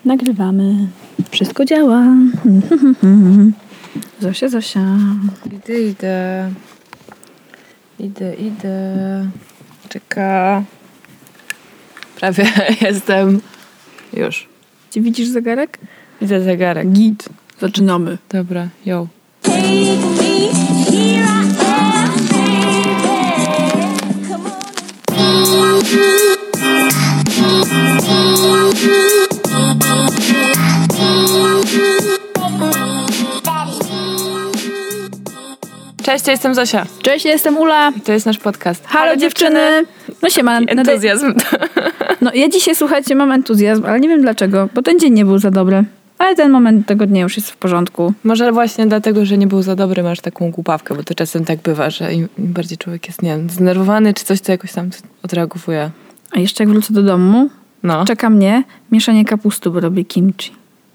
Nagrywamy. Wszystko działa. Zosia. Idę. Czeka. Prawie jestem. Już. Czy widzisz zegarek? Widzę zegarek. Git. Zaczynamy. Dobra, yo. Cześć, ja jestem Zosia. Cześć, ja jestem Ula. I to jest nasz podcast. Halo dziewczyny. No siema. Entuzjazm. No ja dzisiaj, słuchajcie, mam entuzjazm, ale nie wiem dlaczego, bo ten dzień nie był za dobry. Ale ten moment tego dnia już jest w porządku. Może właśnie dlatego, że nie był za dobry, masz taką głupawkę, bo to czasem tak bywa, że im bardziej człowiek jest, nie wiem, zdenerwowany czy coś, to jakoś tam odreagowuje. A jeszcze jak wrócę do domu, No. czeka mnie mieszanie kapusty, bo robię kimchi.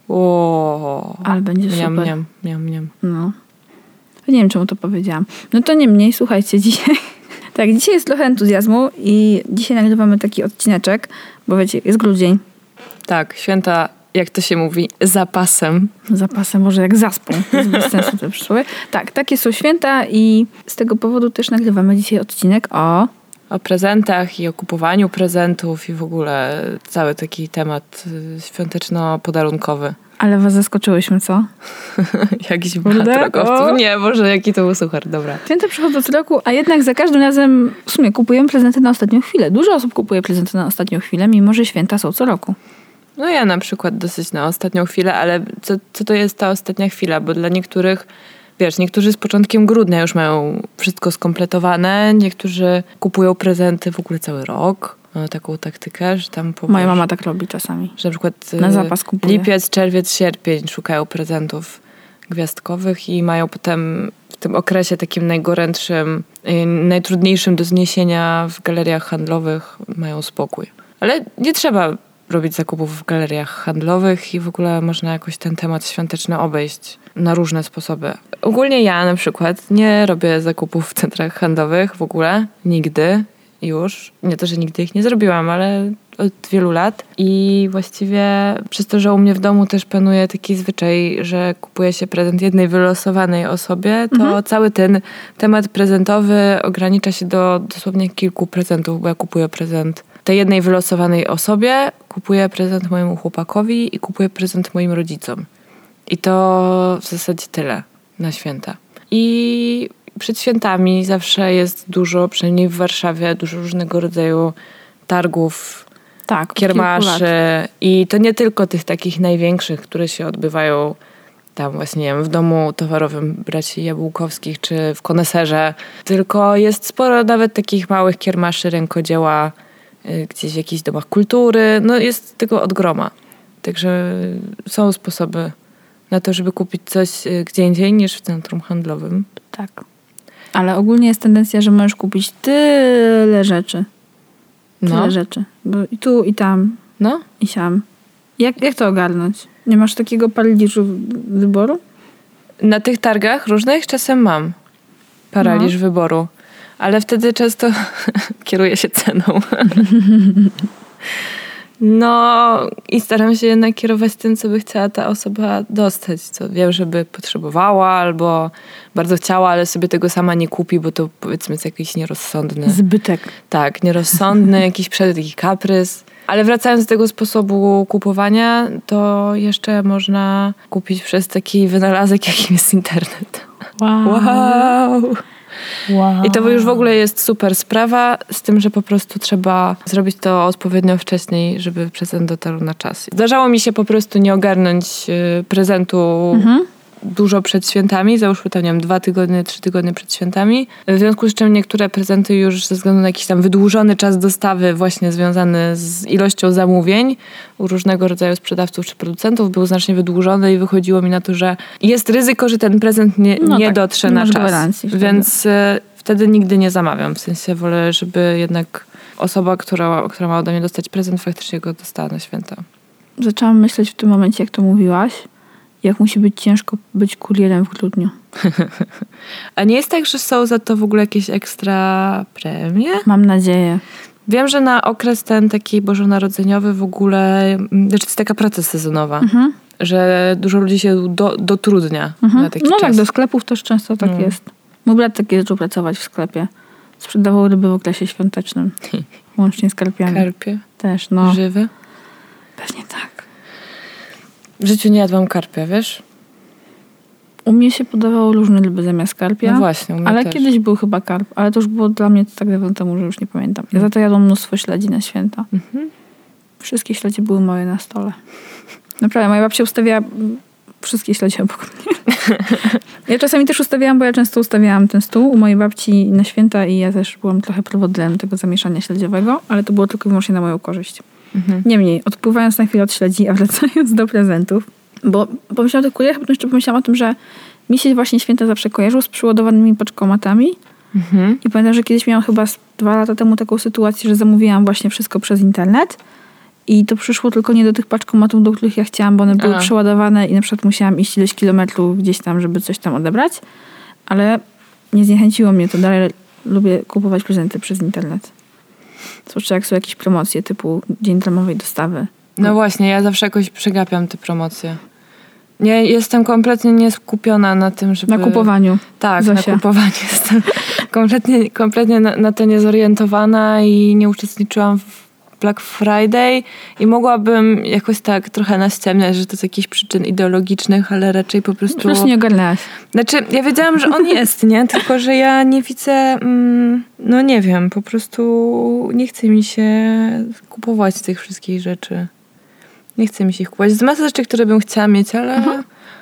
Ale będzie super. Miam. No. Nie wiem, czemu to powiedziałam. No to niemniej, słuchajcie, dzisiaj... Tak, dzisiaj jest trochę entuzjazmu i dzisiaj nagrywamy taki odcineczek, bo wiecie, jest grudzień. Tak, święta, jak to się mówi, zapasem. Zapasem, może jak zaspą. Jest bez sensu te przysłowie. Tak, takie są święta i z tego powodu też nagrywamy dzisiaj odcinek o prezentach i o kupowaniu prezentów i w ogóle cały taki temat świąteczno-podarunkowy. Ale was zaskoczyłyśmy, co? Jakiś brat drogowców. Nie, Boże, jaki to był suchar, dobra. Święta przychodzą co roku, a jednak za każdym razem w sumie kupujemy prezenty na ostatnią chwilę. Dużo osób kupuje prezenty na ostatnią chwilę, mimo że święta są co roku. No ja na przykład dosyć na ostatnią chwilę, ale co to jest ta ostatnia chwila? Bo dla niektórych, wiesz, niektórzy z początkiem grudnia już mają wszystko skompletowane, niektórzy kupują prezenty w ogóle cały rok. Mamy taką taktykę, że tam Moja mama tak robi czasami. Że na przykład na zapas kupuje. Lipiec, czerwiec, sierpień szukają prezentów gwiazdkowych i mają potem w tym okresie takim najgorętszym, najtrudniejszym do zniesienia w galeriach handlowych mają spokój. Ale nie trzeba robić zakupów w galeriach handlowych i w ogóle można jakoś ten temat świąteczny obejść na różne sposoby. Ogólnie ja na przykład nie robię zakupów w centrach handlowych w ogóle, nigdy. Już. Nie to, że nigdy ich nie zrobiłam, ale od wielu lat. I właściwie przez to, że u mnie w domu też panuje taki zwyczaj, że kupuje się prezent jednej wylosowanej osobie, to cały ten temat prezentowy ogranicza się do dosłownie kilku prezentów, bo ja kupuję prezent tej jednej wylosowanej osobie, kupuję prezent mojemu chłopakowi i kupuję prezent moim rodzicom. I to w zasadzie tyle na święta. I przed świętami zawsze jest dużo, przynajmniej w Warszawie, dużo różnego rodzaju targów, tak, kiermaszy. I to nie tylko tych takich największych, które się odbywają tam właśnie, nie wiem, w domu towarowym braci Jabłkowskich czy w Koneserze, tylko jest sporo nawet takich małych kiermaszy rękodzieła gdzieś w jakichś domach kultury. No jest tego od groma. Także są sposoby na to, żeby kupić coś gdzie indziej niż w centrum handlowym. Tak. Ale ogólnie jest tendencja, że możesz kupić tyle rzeczy. Tyle rzeczy. Bo i tu, i tam. No. I siam. Jak to ogarnąć? Nie masz takiego paraliżu wyboru? Na tych targach różnych czasem mam paraliż wyboru. Ale wtedy często kieruję się ceną. No i staram się jednak kierować tym, co by chciała ta osoba dostać. Co wiem, żeby potrzebowała albo bardzo chciała, ale sobie tego sama nie kupi, bo to powiedzmy jest jakiś nierozsądny... Zbytek. Tak, nierozsądny, jakiś taki kaprys. Ale wracając do tego sposobu kupowania, to jeszcze można kupić przez taki wynalazek, jakim jest internet. Wow. I to już w ogóle jest super sprawa, z tym, że po prostu trzeba zrobić to odpowiednio wcześniej, żeby prezent dotarł na czas. Zdarzało mi się po prostu nie ogarnąć prezentu dużo przed świętami, załóżmy tam, nie wiem, 2 tygodnie, 3 tygodnie przed świętami. W związku z czym niektóre prezenty już ze względu na jakiś tam wydłużony czas dostawy właśnie związany z ilością zamówień u różnego rodzaju sprzedawców czy producentów był znacznie wydłużony i wychodziło mi na to, że jest ryzyko, że ten prezent nie dotrze na czas. Gwarancji, więc wtedy nigdy nie zamawiam. W sensie wolę, żeby jednak osoba, która ma ode mnie dostać prezent, faktycznie go dostała na święta. Zaczęłam myśleć w tym momencie, jak to mówiłaś, jak musi być ciężko być kurierem w grudniu. A nie jest tak, że są za to w ogóle jakieś ekstra premie? Mam nadzieję. Wiem, że na okres ten taki bożonarodzeniowy w ogóle, znaczy to jest taka praca sezonowa, że dużo ludzi się dotrudnia na taki czas. Tak, do sklepów też często tak jest. Mój brat taki zaczął pracować w sklepie. Sprzedawał ryby w okresie świątecznym. Łącznie z karpiami. Karpie? Też, no. Żywe? Pewnie tak. W życiu nie jadłam karpia, wiesz? U mnie się podawało różne ryby zamiast karpia. No właśnie, u mnie ale też. kiedyś był chyba karp. Ale to już było dla mnie tak dawno temu, że już nie pamiętam. Ja za to jadłam mnóstwo śledzi na święta. Wszystkie śledzie były moje na stole. Naprawdę, moja babcia ustawiała wszystkie śledzie obok mnie. Ja czasami też ustawiałam, bo ja często ustawiałam ten stół u mojej babci na święta i ja też byłam trochę prowodyrem tego zamieszania śledziowego, ale to było tylko i wyłącznie na moją korzyść. Niemniej, odpływając na chwilę od śledzi, a wracając do prezentów, bo pomyślałam o tych kuriach, potem jeszcze pomyślałam o tym, że mi się właśnie święta zawsze kojarzyło z przyładowanymi paczkomatami. I pamiętam, że kiedyś miałam chyba 2 lata temu taką sytuację, że zamówiłam właśnie wszystko przez internet i to przyszło tylko nie do tych paczkomatów, do których ja chciałam, bo one były przeładowane i na przykład musiałam iść ileś kilometrów gdzieś tam, żeby coś tam odebrać, ale nie zniechęciło mnie to. Dalej lubię kupować prezenty przez internet. Zwłaszcza jak są jakieś promocje typu Dzień darmowej dostawy. No właśnie, ja zawsze jakoś przegapiam te promocje. Nie, jestem kompletnie nieskupiona na tym, żeby... Na kupowaniu. Tak, Zosia. na kupowaniu. Jestem kompletnie na to niezorientowana i nie uczestniczyłam w Black Friday i mogłabym jakoś tak trochę naściemniać, że to z jakichś przyczyn ideologicznych, ale raczej po prostu... Po prostu nie ogarnęłaś. Znaczy, ja wiedziałam, że on jest, nie? Tylko, że ja nie widzę... no nie wiem, po prostu nie chce mi się kupować tych wszystkich rzeczy. Nie chce mi się ich kupować. Jest masa rzeczy, które bym chciała mieć, ale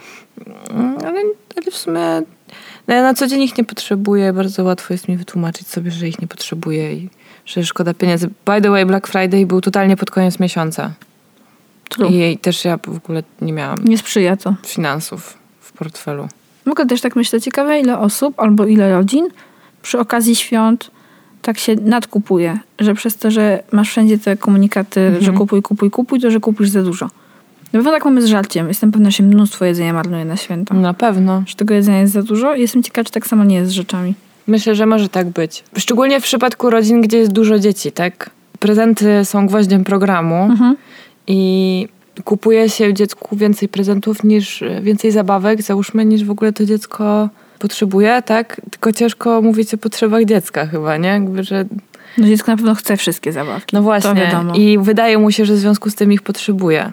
w sumie no ja na co dzień ich nie potrzebuję. Bardzo łatwo jest mi wytłumaczyć sobie, że ich nie potrzebuję i że szkoda pieniędzy. By the way, Black Friday był totalnie pod koniec miesiąca. True. I też ja w ogóle nie miałam Nie sprzyja to. finansów w portfelu. Mogę też tak myśleć, ciekawe ile osób albo ile rodzin przy okazji świąt tak się nadkupuje, że przez to, że masz wszędzie te komunikaty, że kupuj, to że kupisz za dużo. Na pewno tak mamy z żarciem. Jestem pewna, że się mnóstwo jedzenia marnuje na święta. Na pewno. Że tego jedzenia jest za dużo i jestem ciekawa, czy tak samo nie jest z rzeczami. Myślę, że może tak być. Szczególnie w przypadku rodzin, gdzie jest dużo dzieci, tak? Prezenty są gwoździem programu i kupuje się dziecku więcej prezentów więcej zabawek, załóżmy, niż w ogóle to dziecko potrzebuje, tak? Tylko ciężko mówić o potrzebach dziecka chyba, nie? Jakby, że... No dziecko na pewno chce wszystkie zabawki. No właśnie. To wiadomo. I wydaje mu się, że w związku z tym ich potrzebuje.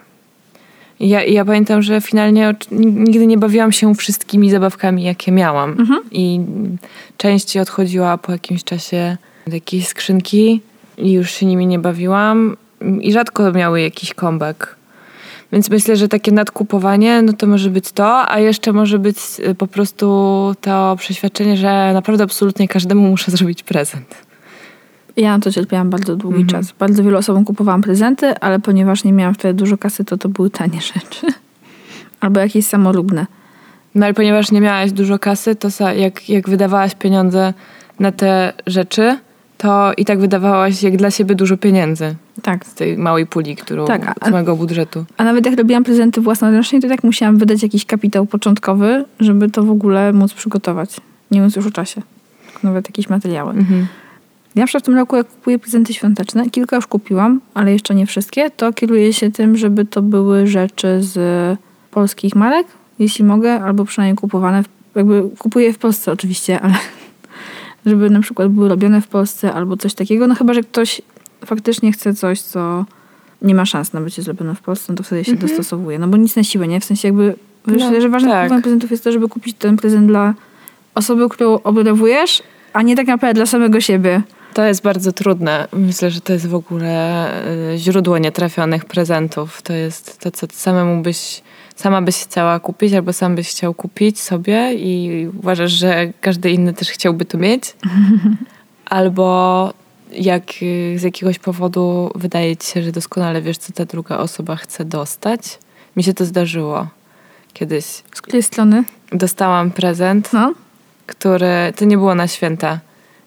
Ja pamiętam, że finalnie nigdy nie bawiłam się wszystkimi zabawkami, jakie miałam. I część odchodziła po jakimś czasie do jakiejś skrzynki i już się nimi nie bawiłam. I rzadko miały jakiś comeback. Więc myślę, że takie nadkupowanie, no to może być to, a jeszcze może być po prostu to przeświadczenie, że naprawdę absolutnie każdemu muszę zrobić prezent. Ja na to cierpiałam bardzo długi czas. Bardzo wielu osobom kupowałam prezenty, ale ponieważ nie miałam wtedy dużo kasy, to były tanie rzeczy. Albo jakieś samolubne. No ale ponieważ nie miałaś dużo kasy, to jak wydawałaś pieniądze na te rzeczy, to i tak wydawałaś jak dla siebie dużo pieniędzy. Tak. Z tej małej puli, z mojego budżetu. A nawet jak robiłam prezenty własnoręcznie, to tak musiałam wydać jakiś kapitał początkowy, żeby to w ogóle móc przygotować. Nie mówiąc już o czasie. Tylko nawet jakieś materiały. Ja na przykład w tym roku, jak kupuję prezenty świąteczne, kilka już kupiłam, ale jeszcze nie wszystkie, to kieruję się tym, żeby to były rzeczy z polskich marek, jeśli mogę, albo przynajmniej kupowane, kupuję w Polsce oczywiście, ale żeby na przykład były robione w Polsce albo coś takiego, no chyba, że ktoś faktycznie chce coś, co nie ma szans na bycie zrobione w Polsce, no to wtedy się dostosowuje. No bo nic na siłę, nie? W sensie myślę, że ważne kupowanie prezentów jest to, żeby kupić ten prezent dla osoby, którą obdarowujesz, a nie tak naprawdę dla samego siebie. To jest bardzo trudne. Myślę, że to jest w ogóle źródło nietrafionych prezentów. To jest to, co sama byś chciała kupić, albo sam byś chciał kupić sobie i uważasz, że każdy inny też chciałby to mieć. Albo jak z jakiegoś powodu wydaje ci się, że doskonale wiesz, co ta druga osoba chce dostać. Mi się to zdarzyło kiedyś. Z której strony? Dostałam prezent, który... To nie było na święta.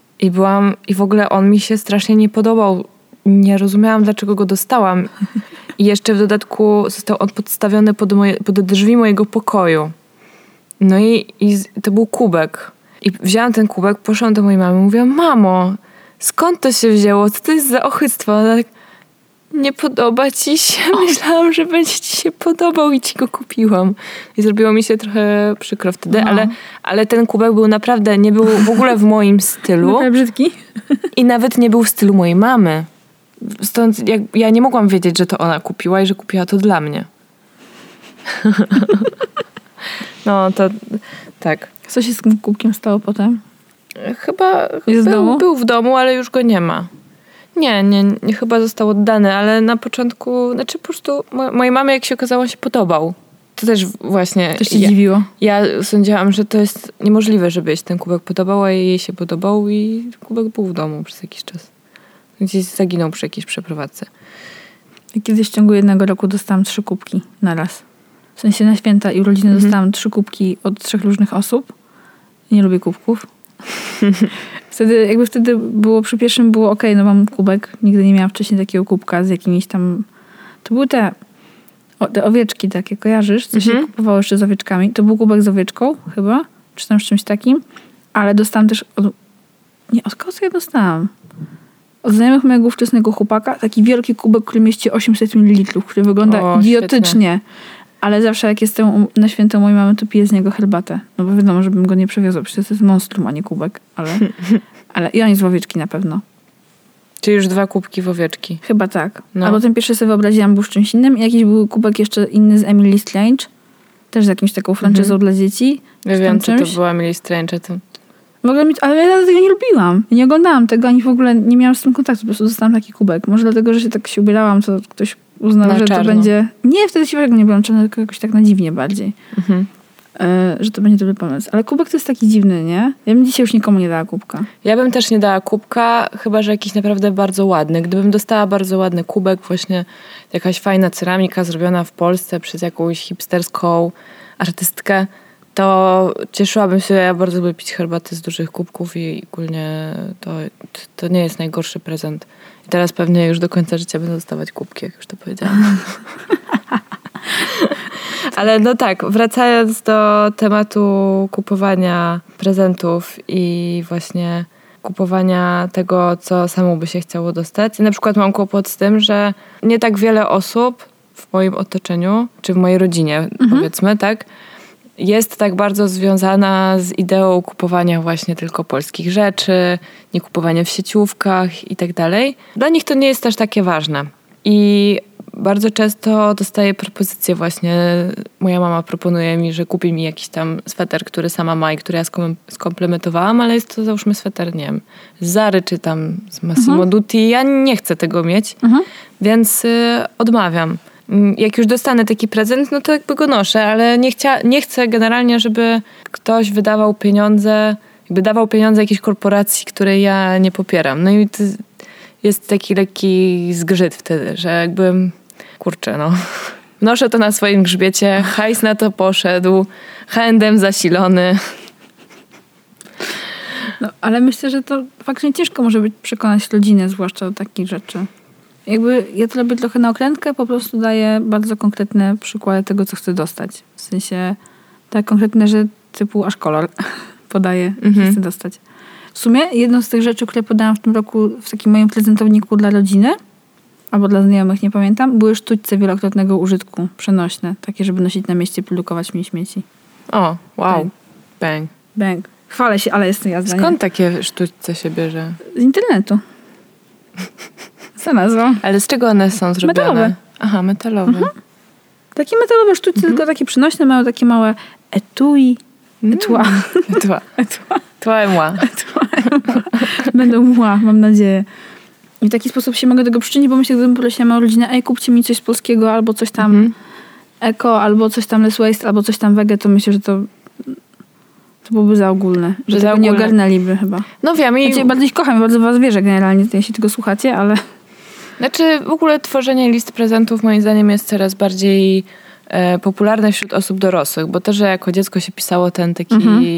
I w ogóle on mi się strasznie nie podobał. Nie rozumiałam, dlaczego go dostałam. I jeszcze w dodatku został on podstawiony pod drzwi mojego pokoju. No i to był kubek. I wzięłam ten kubek, poszłam do mojej mamy i mówiłam: mamo, skąd to się wzięło? Co to jest za ochyctwo? Ona tak, nie podoba ci się? Myślałam, że będzie ci się podobał i ci go kupiłam. I zrobiło mi się trochę przykro wtedy, ale ten kubek był naprawdę, nie był w ogóle w moim stylu. Naprawdę brzydki? I nawet nie był w stylu mojej mamy. Stąd ja nie mogłam wiedzieć, że to ona kupiła i że kupiła to dla mnie. No to tak. Co się z tym kubkiem stało potem? Chyba był w domu, ale już go nie ma. Nie, chyba został oddany, ale na początku, znaczy po prostu mojej mamie, jak się okazało, się podobał. To też właśnie... Też się dziwiło. Ja sądziłam, że to jest niemożliwe, żeby jej się ten kubek podobał, a jej się podobał i kubek był w domu przez jakiś czas. Gdzieś zaginął przy jakiejś przeprowadzce. I kiedyś w ciągu 1 roku dostałam 3 kubki na raz. W sensie na święta i urodziny dostałam 3 kubki od 3 różnych osób. Nie lubię kubków. Wtedy było, przy pierwszym było okej, no mam kubek. Nigdy nie miałam wcześniej takiego kubka z jakimiś tam... To były te owieczki takie, kojarzysz? Co się kupowało jeszcze z owieczkami. To był kubek z owieczką chyba, czy tam z czymś takim. Ale dostałam też od kogo ja dostałam? Od znajomych mojego ówczesnego chłopaka taki wielki kubek, który mieści 800 ml, który wygląda idiotycznie. Świetne. Ale zawsze jak jestem na święto mojej mamy, to piję z niego herbatę. No bo wiadomo, żebym go nie przewiozła. Przecież to jest monstrum, a nie kubek. Ale i on jest w owieczki na pewno. Czyli już 2 kubki w owieczki. Chyba tak. No. Albo ten pierwszy sobie wyobraziłam, był z czymś innym. I jakiś był kubek jeszcze inny z Emily Strange. Też z jakimś taką franczyzą dla dzieci. Ja wiem, co to była Emily Strange. Ale ja tego nie lubiłam. Ja nie oglądałam tego, ani w ogóle nie miałam z tym kontaktu. Po prostu dostałam taki kubek. Może dlatego, że się tak się ubierałam, to ktoś uznał, że czarno. To będzie... Nie, wtedy się nie byłam czarna, tylko jakoś tak na dziwnie bardziej. Że to będzie dobry pomysł. Ale kubek to jest taki dziwny, nie? Ja bym dzisiaj już nikomu nie dała kubka. Ja bym też nie dała kubka, chyba że jakiś naprawdę bardzo ładny. Gdybym dostała bardzo ładny kubek, właśnie jakaś fajna ceramika zrobiona w Polsce przez jakąś hipsterską artystkę, to cieszyłabym się. Ja bardzo lubię pić herbaty z dużych kubków i ogólnie to nie jest najgorszy prezent. I teraz pewnie już do końca życia będę dostawać kubki, jak już to powiedziałam. Ale no tak, wracając do tematu kupowania prezentów i właśnie kupowania tego, co samemu by się chciało dostać. Ja na przykład mam kłopot z tym, że nie tak wiele osób w moim otoczeniu, czy w mojej rodzinie, powiedzmy, tak, jest tak bardzo związana z ideą kupowania właśnie tylko polskich rzeczy, nie kupowania w sieciówkach i tak dalej. Dla nich to nie jest też takie ważne. I bardzo często dostaję propozycje właśnie. Moja mama proponuje mi, że kupi mi jakiś tam sweter, który sama ma i który ja skomplementowałam, ale jest to załóżmy sweter, nie wiem, z Zary czy tam z Massimo Dutti. Ja nie chcę tego mieć, więc odmawiam. Jak już dostanę taki prezent, no to jakby go noszę, ale nie chcę generalnie, żeby ktoś dawał pieniądze jakiejś korporacji, której ja nie popieram. No i to jest taki lekki zgrzyt wtedy, że jakby kurczę, no. Noszę to na swoim grzbiecie, hajs na to poszedł, H&M zasilony. No, ale myślę, że to faktycznie ciężko może być przekonać rodzinę, zwłaszcza do takich rzeczy. Jakby ja to robię trochę na okrętkę, po prostu daję bardzo konkretne przykłady tego, co chcę dostać. W sensie tak konkretne, że typu aż kolor podaję, że chcę dostać. W sumie jedną z tych rzeczy, które podałam w tym roku w takim moim prezentowniku dla rodziny, albo dla znajomych, nie pamiętam, były sztućce wielokrotnego użytku, przenośne, takie, żeby nosić na mieście, produkować mniej śmieci. O, wow. Bang. Bang. Chwalę się, ale jestem jazda. Skąd takie sztućce się bierze? Z internetu. Znalazłam. Ale z czego one są zrobione? Metalowe. Aha, metalowe. Takie metalowe sztućce, tylko takie przenośne, mają takie małe etui. Będą mła, mam nadzieję. I w taki sposób się mogę tego przyczynić, bo myślę, gdybym prosiła moją rodzinę, kupcie mi coś z polskiego, albo coś tam eko, albo coś tam less waste, albo coś tam wege, to myślę, że to byłoby za ogólne. Że tego nie ogarnęliby chyba. No wiem. Ja bardzo ich kocham, bardzo was wierzę generalnie, jeśli tego słuchacie, ale... Znaczy w ogóle tworzenie list prezentów moim zdaniem jest coraz bardziej popularne wśród osób dorosłych, bo to, że jako dziecko się pisało ten taki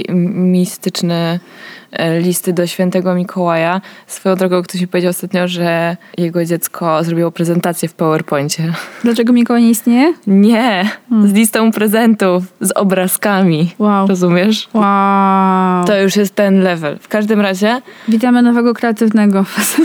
mistyczny listy do świętego Mikołaja. Swoją drogą ktoś mi powiedział ostatnio, że jego dziecko zrobiło prezentację w PowerPoincie. Dlaczego Mikołaj nie istnieje? Nie, z listą prezentów, z obrazkami. Wow. Rozumiesz? Wow. To już jest ten level. W każdym razie... Witamy nowego kreatywnego.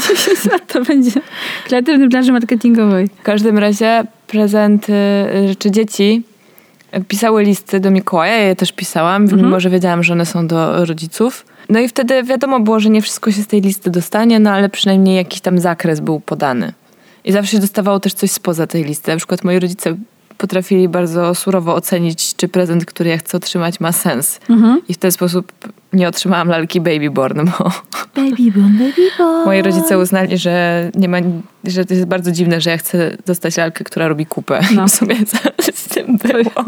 To będzie kreatywny planszy marketingowej. W każdym razie prezenty, czy dzieci pisały listy do Mikołaja. Ja je też pisałam, mimo że wiedziałam, że one są do rodziców. No i wtedy wiadomo było, że nie wszystko się z tej listy dostanie, no ale przynajmniej jakiś tam zakres był podany. I zawsze się dostawało też coś spoza tej listy. Na przykład moi rodzice potrafili bardzo surowo ocenić, czy prezent, który ja chcę otrzymać, ma sens. I w ten sposób nie otrzymałam lalki Babyborn, bo Babyborn. moi rodzice uznali, że nie ma, że to jest bardzo dziwne, że ja chcę dostać lalkę, która robi kupę. No. I w sumie z tym było.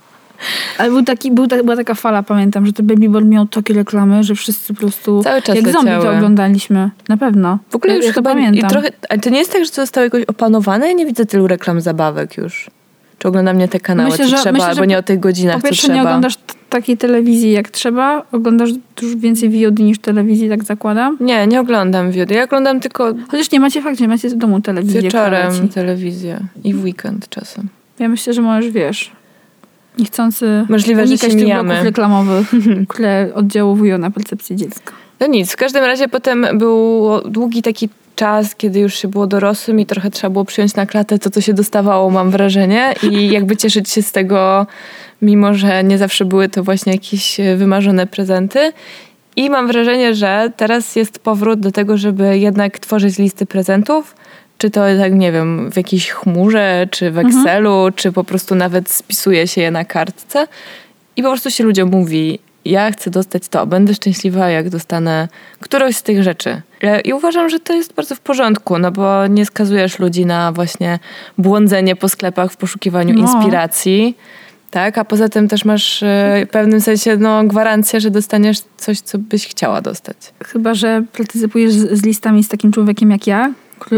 Ale była taka fala, pamiętam, że ten Babyborn miał takie reklamy, że wszyscy po prostu cały czas jak leciały. zombie to oglądaliśmy. Na pewno. W ogóle już ja chyba to pamiętam. trochę, ale to nie jest tak, że to zostało jakoś opanowane? Ja nie widzę tylu reklam zabawek już. Czy oglądam nie te kanały, co trzeba, albo nie o tych godzinach, co trzeba. Po pierwsze nie oglądasz takiej telewizji jak trzeba. Oglądasz już więcej VOD niż telewizji, tak zakładam. Nie oglądam VOD. Ja oglądam tylko... Chociaż nie macie w domu telewizję. Wieczorem telewizję i w weekend czasem. Ja myślę, że możesz, wiesz, niechcący możliwe, unikać że się tych mijamy. bloków reklamowych, które oddziałowują na percepcję dziecka. No nic, w każdym razie potem był długi taki czas, kiedy już się było dorosłym i trochę trzeba było przyjąć na klatę to, co się dostawało, mam wrażenie. I jakby cieszyć się z tego, mimo że nie zawsze były to właśnie jakieś wymarzone prezenty. I mam wrażenie, że teraz jest powrót do tego, żeby jednak tworzyć listy prezentów. Czy to, tak nie wiem, w jakiejś chmurze, czy w Excelu, czy po prostu nawet spisuje się je na kartce. I po prostu się ludziom mówi, ja chcę dostać to, będę szczęśliwa, jak dostanę którąś z tych rzeczy. I uważam, że to jest bardzo w porządku, no bo nie skazujesz ludzi na właśnie błądzenie po sklepach w poszukiwaniu inspiracji. Tak, a poza tym też masz w pewnym sensie gwarancję, że dostaniesz coś, co byś chciała dostać. Chyba że partycypujesz z listami z takim człowiekiem jak ja,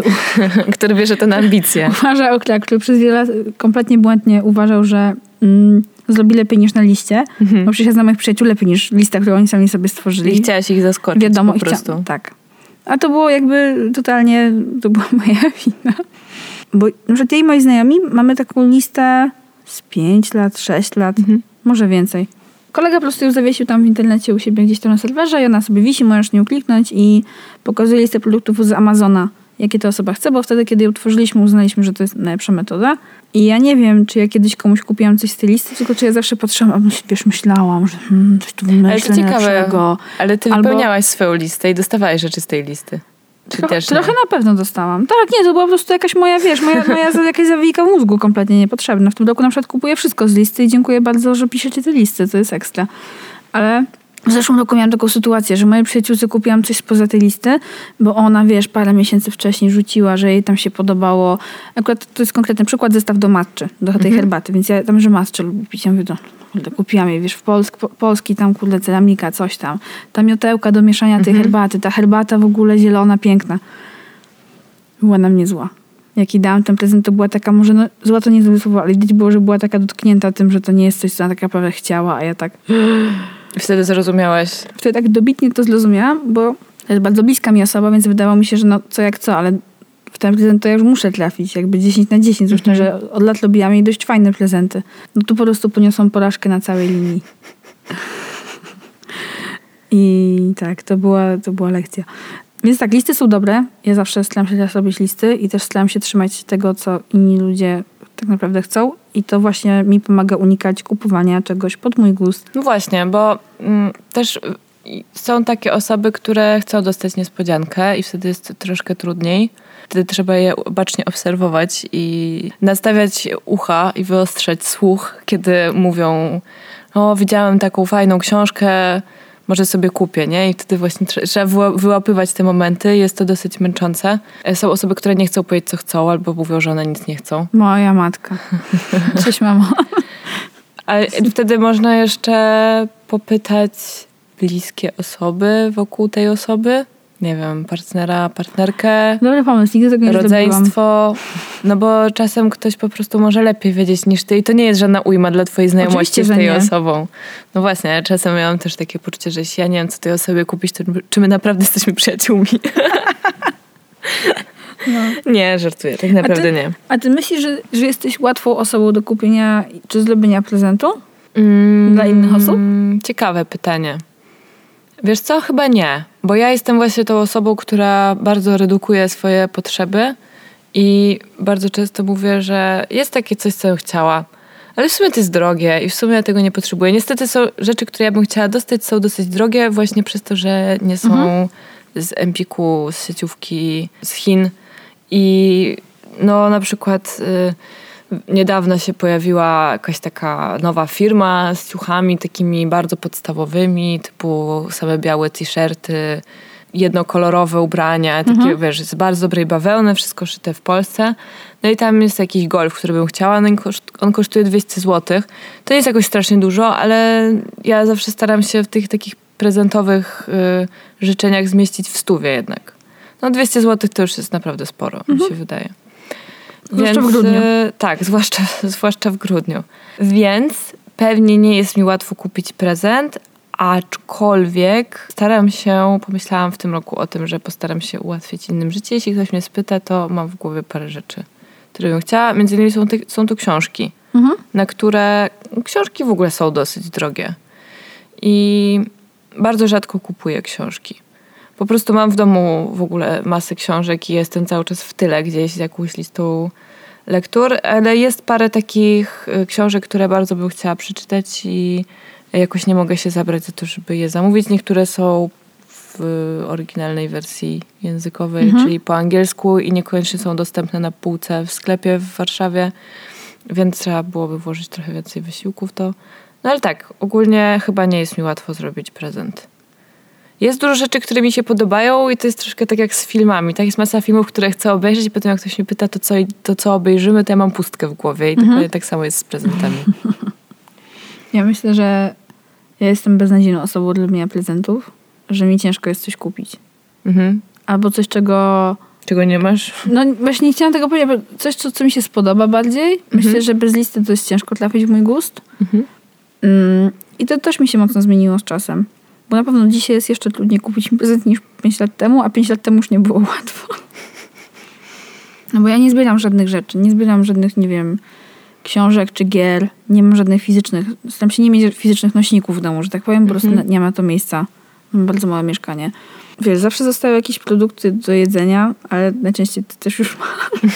który bierze to na ambicje. Który przez wiele lat kompletnie błędnie uważał, że zrobi lepiej niż na liście, bo przecież ja znam moich przyjaciół lepiej niż lista, którą oni sami sobie stworzyli. I chciałaś ich zaskoczyć. Wiadomo, po prostu. Tak. A to było jakby totalnie, to była moja wina. Bo na przykład ja i moi znajomi mamy taką listę z 5 lat, 6 lat, może więcej. Kolega po prostu ją zawiesił tam w internecie u siebie gdzieś tam na serwerze i ona sobie wisi, możesz nią kliknąć i pokazuje listę produktów z Amazona, jakie ta osoba chce, bo wtedy, kiedy ją tworzyliśmy, uznaliśmy, że to jest najlepsza metoda. I ja nie wiem, czy ja kiedyś komuś kupiłam coś z tej listy, tylko czy ja zawsze patrzyłam, myślałam, że coś tu wymyślę lepszego. Ale ty wypełniałaś swoją listę i dostawałeś rzeczy z tej listy. Trochę na pewno dostałam. Tak, nie, to była po prostu jakaś moja jakaś zawijka w mózgu kompletnie niepotrzebna. W tym roku na przykład kupuję wszystko z listy i dziękuję bardzo, że piszecie te listy, to jest ekstra. Ale w zeszłym roku miałam taką sytuację, że mojej przyjaciółce kupiłam coś spoza tej listy, bo ona, parę miesięcy wcześniej rzuciła, że jej tam się podobało. Akurat to jest konkretny przykład, zestaw do matczy, do tej herbaty, więc ja tam, że matczę lubię pić. Ja mówię, kupiłam jej, polski tam, ceramika, coś tam. Ta miotełka do mieszania tej herbaty, ta herbata w ogóle zielona, piękna. Była na mnie zła. Jak jej dałam ten prezent, to była taka, może zła to nie złe słowo, ale widać było, że była taka dotknięta tym, że to nie jest coś, co ona tak naprawdę chciała, a ja tak... Wtedy zrozumiałaś. Wtedy tak dobitnie to zrozumiałam, bo to jest bardzo bliska mi osoba, więc wydawało mi się, że co jak co, ale w ten prezent to ja już muszę trafić, jakby 10/10, zresztą, że od lat lubiłam jej dość fajne prezenty. No tu po prostu poniosłam porażkę na całej linii. I tak, to była lekcja. Więc tak, listy są dobre. Ja zawsze staram się robić listy i też staram się trzymać tego, co inni ludzie tak naprawdę chcą. I to właśnie mi pomaga unikać kupowania czegoś pod mój gust. No właśnie, bo też są takie osoby, które chcą dostać niespodziankę i wtedy jest troszkę trudniej. Wtedy trzeba je bacznie obserwować i nastawiać ucha i wyostrzać słuch, kiedy mówią, widziałem taką fajną książkę, może sobie kupię, nie? I wtedy właśnie trzeba wyłapywać te momenty. Jest to dosyć męczące. Są osoby, które nie chcą powiedzieć, co chcą, albo mówią, że one nic nie chcą. Moja matka. Cześć, mamo. Ale wtedy można jeszcze popytać bliskie osoby wokół tej osoby. nie wiem, partnera, partnerkę. Dobry pomysł, nigdy tego nie rodzeństwo. No bo czasem ktoś po prostu może lepiej wiedzieć niż ty i to nie jest żadna ujma dla twojej znajomości z tej osobą. No właśnie, czasem miałam też takie poczucie, że jeśli ja nie wiem, co tej osobie kupić, to czy my naprawdę jesteśmy przyjaciółmi? No. Nie, żartuję, tak naprawdę nie. A ty myślisz, że jesteś łatwą osobą do kupienia czy zrobienia prezentu dla innych osób? Ciekawe pytanie. Wiesz co? Chyba nie. Bo ja jestem właśnie tą osobą, która bardzo redukuje swoje potrzeby i bardzo często mówię, że jest takie coś, co bym chciała, ale w sumie to jest drogie i w sumie ja tego nie potrzebuję. Niestety są rzeczy, które ja bym chciała dostać, są dosyć drogie właśnie przez to, że nie są z Empiku, z sieciówki, z Chin. I no na przykład niedawno się pojawiła jakaś taka nowa firma z ciuchami takimi bardzo podstawowymi, typu same białe t-shirty, jednokolorowe ubrania, takie wiesz, z bardzo dobrej bawełny, wszystko szyte w Polsce. No i tam jest jakiś golf, który bym chciała, no on kosztuje 200 zł. To nie jest jakoś strasznie dużo, ale ja zawsze staram się w tych takich prezentowych życzeniach zmieścić w 100 jednak. No 200 zł to już jest naprawdę sporo, mi się wydaje. Zwłaszcza w grudniu. Tak, zwłaszcza w grudniu. Więc pewnie nie jest mi łatwo kupić prezent, aczkolwiek pomyślałam w tym roku o tym, że postaram się ułatwić innym życie. Jeśli ktoś mnie spyta, to mam w głowie parę rzeczy, które bym chciała. Między innymi są to książki, na które książki w ogóle są dosyć drogie. I bardzo rzadko kupuję książki. Po prostu mam w domu w ogóle masę książek i jestem cały czas w tyle gdzieś z jakąś listą lektur, ale jest parę takich książek, które bardzo bym chciała przeczytać i jakoś nie mogę się zabrać za to, żeby je zamówić. Niektóre są w oryginalnej wersji językowej, czyli po angielsku i niekoniecznie są dostępne na półce w sklepie w Warszawie, więc trzeba byłoby włożyć trochę więcej wysiłku w to. No ale tak, ogólnie chyba nie jest mi łatwo zrobić prezent. Jest dużo rzeczy, które mi się podobają i to jest troszkę tak jak z filmami. Tak, jest masa filmów, które chcę obejrzeć i potem jak ktoś mnie pyta, to co obejrzymy, to ja mam pustkę w głowie i tak samo jest z prezentami. Ja myślę, że ja jestem beznadziejną osobą dla robienia prezentów, że mi ciężko jest coś kupić. Albo coś, czego nie masz? No właśnie nie chciałam tego powiedzieć, bo coś, co mi się spodoba bardziej. Myślę, że bez listy to jest ciężko trafić w mój gust. I to też mi się mocno zmieniło z czasem. Bo na pewno dzisiaj jest jeszcze trudniej kupić mi prezent niż 5 lat temu, a 5 lat temu już nie było łatwo. No bo ja nie zbieram żadnych rzeczy. Nie zbieram żadnych, nie wiem, książek czy gier. Nie mam żadnych fizycznych. Staram się nie mieć fizycznych nośników w domu, że tak powiem. Po prostu nie ma to miejsca. Mam bardzo małe mieszkanie. Wiesz, zawsze zostały jakieś produkty do jedzenia, ale najczęściej to też już mam.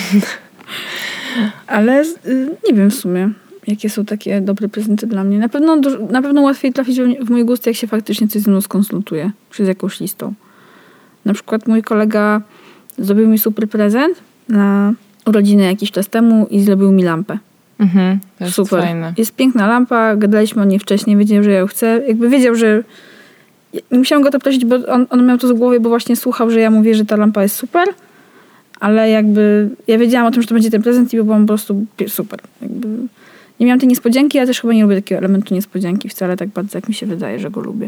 Ale nie wiem w sumie, jakie są takie dobre prezenty dla mnie. Na pewno łatwiej trafić w mój gust, jak się faktycznie coś ze mną skonsultuje. Czy z jakąś listą. Na przykład mój kolega zrobił mi super prezent na urodziny jakiś czas temu i zrobił mi lampę. To jest super. Fajne. Jest piękna lampa, gadaliśmy o niej wcześniej, wiedział, że ja ją chcę. Jakby wiedział, że nie musiałam go to prosić, bo on miał to w głowie, bo właśnie słuchał, że ja mówię, że ta lampa jest super, ale jakby ja wiedziałam o tym, że to będzie ten prezent i byłam po prostu super. Jakby nie miałam tej niespodzianki, ja też chyba nie lubię takiego elementu niespodzianki wcale tak bardzo, jak mi się wydaje, że go lubię.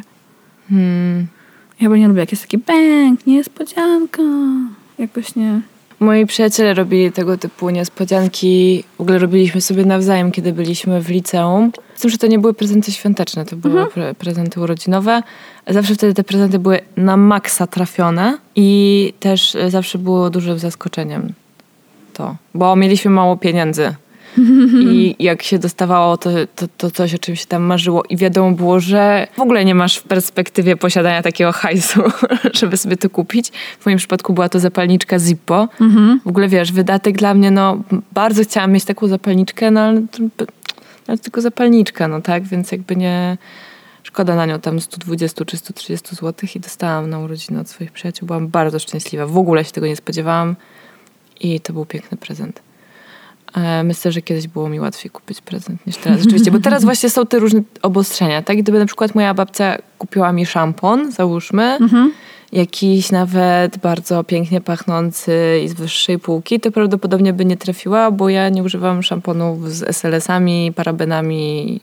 Ja chyba nie lubię, jak jest taki bęk, niespodzianka. Jakoś nie. Moi przyjaciele robili tego typu niespodzianki. W ogóle robiliśmy sobie nawzajem, kiedy byliśmy w liceum. Z tym, że to nie były prezenty świąteczne, to były prezenty urodzinowe. Zawsze wtedy te prezenty były na maksa trafione i też zawsze było dużym zaskoczeniem to. Bo mieliśmy mało pieniędzy. I jak się dostawało to coś, o czym się tam marzyło i wiadomo było, że w ogóle nie masz w perspektywie posiadania takiego hajsu, żeby sobie to kupić. W moim przypadku była to zapalniczka Zippo. W ogóle wiesz, wydatek dla mnie, no bardzo chciałam mieć taką zapalniczkę, no ale tylko zapalniczka, no tak, więc jakby nie szkoda na nią tam 120 czy 130 zł i dostałam na urodziny od swoich przyjaciół. Byłam bardzo szczęśliwa. W ogóle się tego nie spodziewałam i to był piękny prezent. Myślę, że kiedyś było mi łatwiej kupić prezent niż teraz. Rzeczywiście, bo teraz właśnie są te różne obostrzenia. Tak? Gdyby na przykład moja babcia kupiła mi szampon, załóżmy, jakiś nawet bardzo pięknie pachnący i z wyższej półki, to prawdopodobnie by nie trafiła, bo ja nie używam szamponów z SLS-ami, parabenami,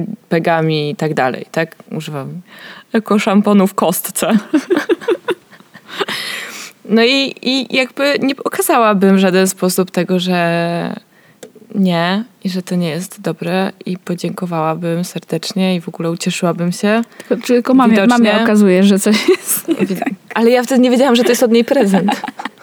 pegami i tak dalej. Tak? Używam ekoszamponu w kostce. No i jakby nie okazałabym w żaden sposób tego, że nie i że to nie jest dobre i podziękowałabym serdecznie i w ogóle ucieszyłabym się. Tylko mamie okazuje, że coś jest nie tak. Ale ja wtedy nie wiedziałam, że to jest od niej prezent.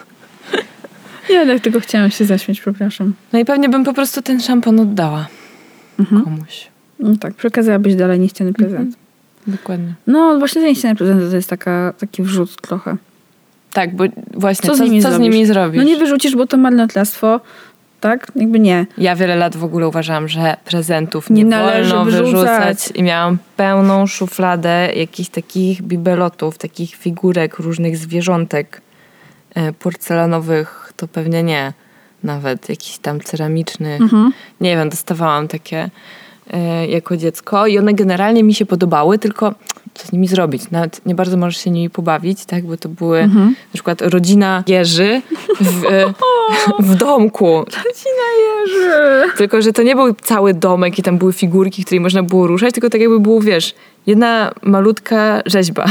Ja tak tylko chciałam się zaśmiać, przepraszam. No i pewnie bym po prostu ten szampon oddała komuś. No tak, przekazałabyś dalej niechciany prezent. Dokładnie. No właśnie ten niechciany prezent to jest taki wrzut trochę. Tak, bo właśnie co z nimi zrobisz? No nie wyrzucisz, bo to marnotrawstwo. Tak? Jakby nie. Ja wiele lat w ogóle uważałam, że prezentów nie wolno wyrzucać. I miałam pełną szufladę jakichś takich bibelotów, takich figurek różnych zwierzątek porcelanowych, to pewnie nie. Nawet jakichś tam ceramicznych. Nie wiem, dostawałam takie jako dziecko i one generalnie mi się podobały, tylko co z nimi zrobić? Nawet nie bardzo możesz się nimi pobawić, tak? Bo to były na przykład rodzina jeży w domku. Rodzina jeży! Tylko, że to nie był cały domek i tam były figurki, które można było ruszać, tylko tak jakby było, wiesz, jedna malutka rzeźba.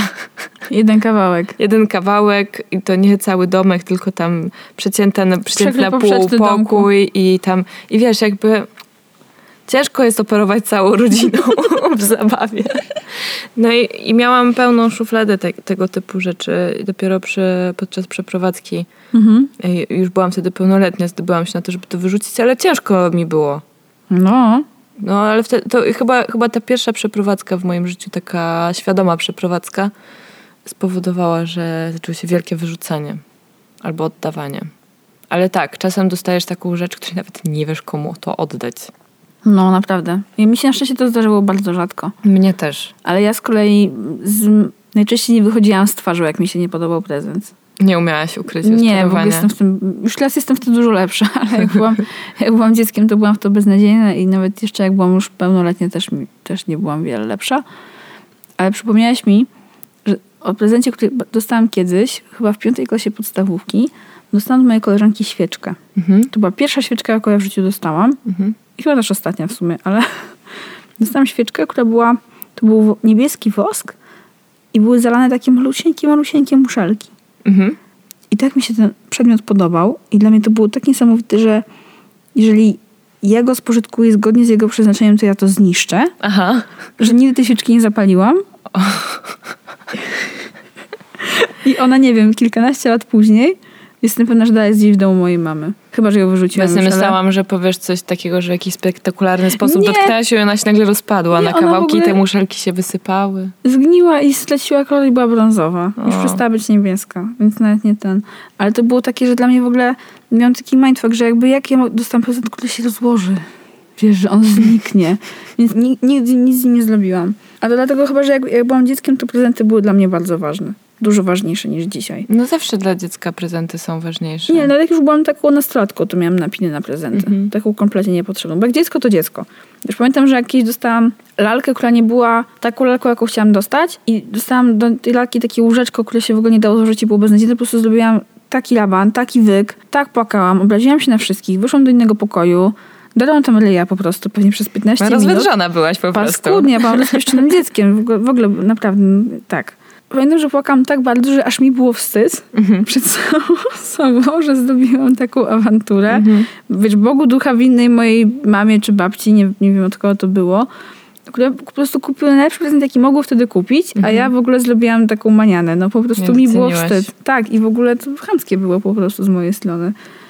Jeden kawałek i to nie cały domek, tylko tam przecięty na pół pokój i tam, i wiesz, jakby ciężko jest operować całą rodziną w zabawie. No i miałam pełną szufladę tego typu rzeczy. Dopiero podczas przeprowadzki już byłam wtedy pełnoletnia, zdobyłam się na to, żeby to wyrzucić, ale ciężko mi było. No, ale wtedy, to chyba ta pierwsza przeprowadzka w moim życiu, taka świadoma przeprowadzka, spowodowała, że zaczęło się wielkie wyrzucanie albo oddawanie. Ale tak, czasem dostajesz taką rzecz, której nawet nie wiesz, komu to oddać. No, naprawdę. I mi się na szczęście to zdarzyło bardzo rzadko. Mnie też. Ale ja z kolei najczęściej nie wychodziłam z twarzą, jak mi się nie podobał prezent. Nie umiałaś ukryć Nie, bo jestem w tym, już teraz jestem w tym dużo lepsza, ale jak byłam dzieckiem, to byłam w to beznadziejna i nawet jeszcze jak byłam już pełnoletnia, też nie byłam wiele lepsza. Ale przypomniałaś mi, że o prezencie, który dostałam kiedyś, chyba w 5. klasie podstawówki, dostałam od mojej koleżanki świeczkę. To była pierwsza świeczka, jaką ja w życiu dostałam. I chyba też ostatnia w sumie, ale dostałam świeczkę, to był niebieski wosk i były zalane takie malusieńkie muszelki. I tak mi się ten przedmiot podobał i dla mnie to było tak niesamowite, że jeżeli ja go spożytkuję zgodnie z jego przeznaczeniem, to ja to zniszczę. Że nigdy tej świeczki nie zapaliłam. I ona, nie wiem, kilkanaście lat później jestem pewna, że dalej jest gdzieś w domu mojej mamy. Chyba, że ją wyrzuciłam. Właśnie myślałam, że powiesz coś takiego, że w jakiś spektakularny sposób dotknęłaś ją i ona się nagle rozpadła na kawałki i te muszelki się wysypały. Zgniła i straciła kolor i była brązowa. Już przestała być niebieska, więc nawet nie ten. Ale to było takie, że dla mnie w ogóle miałam taki mindfuck, że jakby jak ja dostałam prezent, który się rozłoży. Wiesz, że on zniknie. Więc nigdy nic z nim nie zrobiłam. A to dlatego chyba, że jak byłam dzieckiem, to prezenty były dla mnie bardzo ważne. Dużo ważniejsze niż dzisiaj. No zawsze dla dziecka prezenty są ważniejsze. Nie, no jak już byłam taką nastolatką, to miałam napiny na prezenty. Taką kompletnie niepotrzebną. Bo jak dziecko, to dziecko. Już pamiętam, że jakieś dostałam lalkę, która nie była taką lalką, jaką chciałam dostać i dostałam do tej lalki takie łóżeczko, które się w ogóle nie dało złożyć i było beznadziejne. Po prostu zrobiłam taki raban, taki wyk, tak płakałam, obraziłam się na wszystkich, wyszłam do innego pokoju, dodałam tam ryja po prostu, pewnie przez 15 minut. Rozwydrzona byłaś po prostu. Paskudnie, byłam rozpieszczonym dzieckiem. W ogóle naprawdę tak. Pamiętam, że płakałam tak bardzo, że aż mi było wstyd przed sobą, że zrobiłam taką awanturę. Wiesz, Bogu ducha winnej mojej mamie czy babci, nie wiem od kogo to było, które po prostu kupiły najlepszy prezent, jaki mogły wtedy kupić, a ja w ogóle zrobiłam taką manianę. No po prostu mi było wstyd. Tak, i w ogóle to chamskie było po prostu z mojej strony.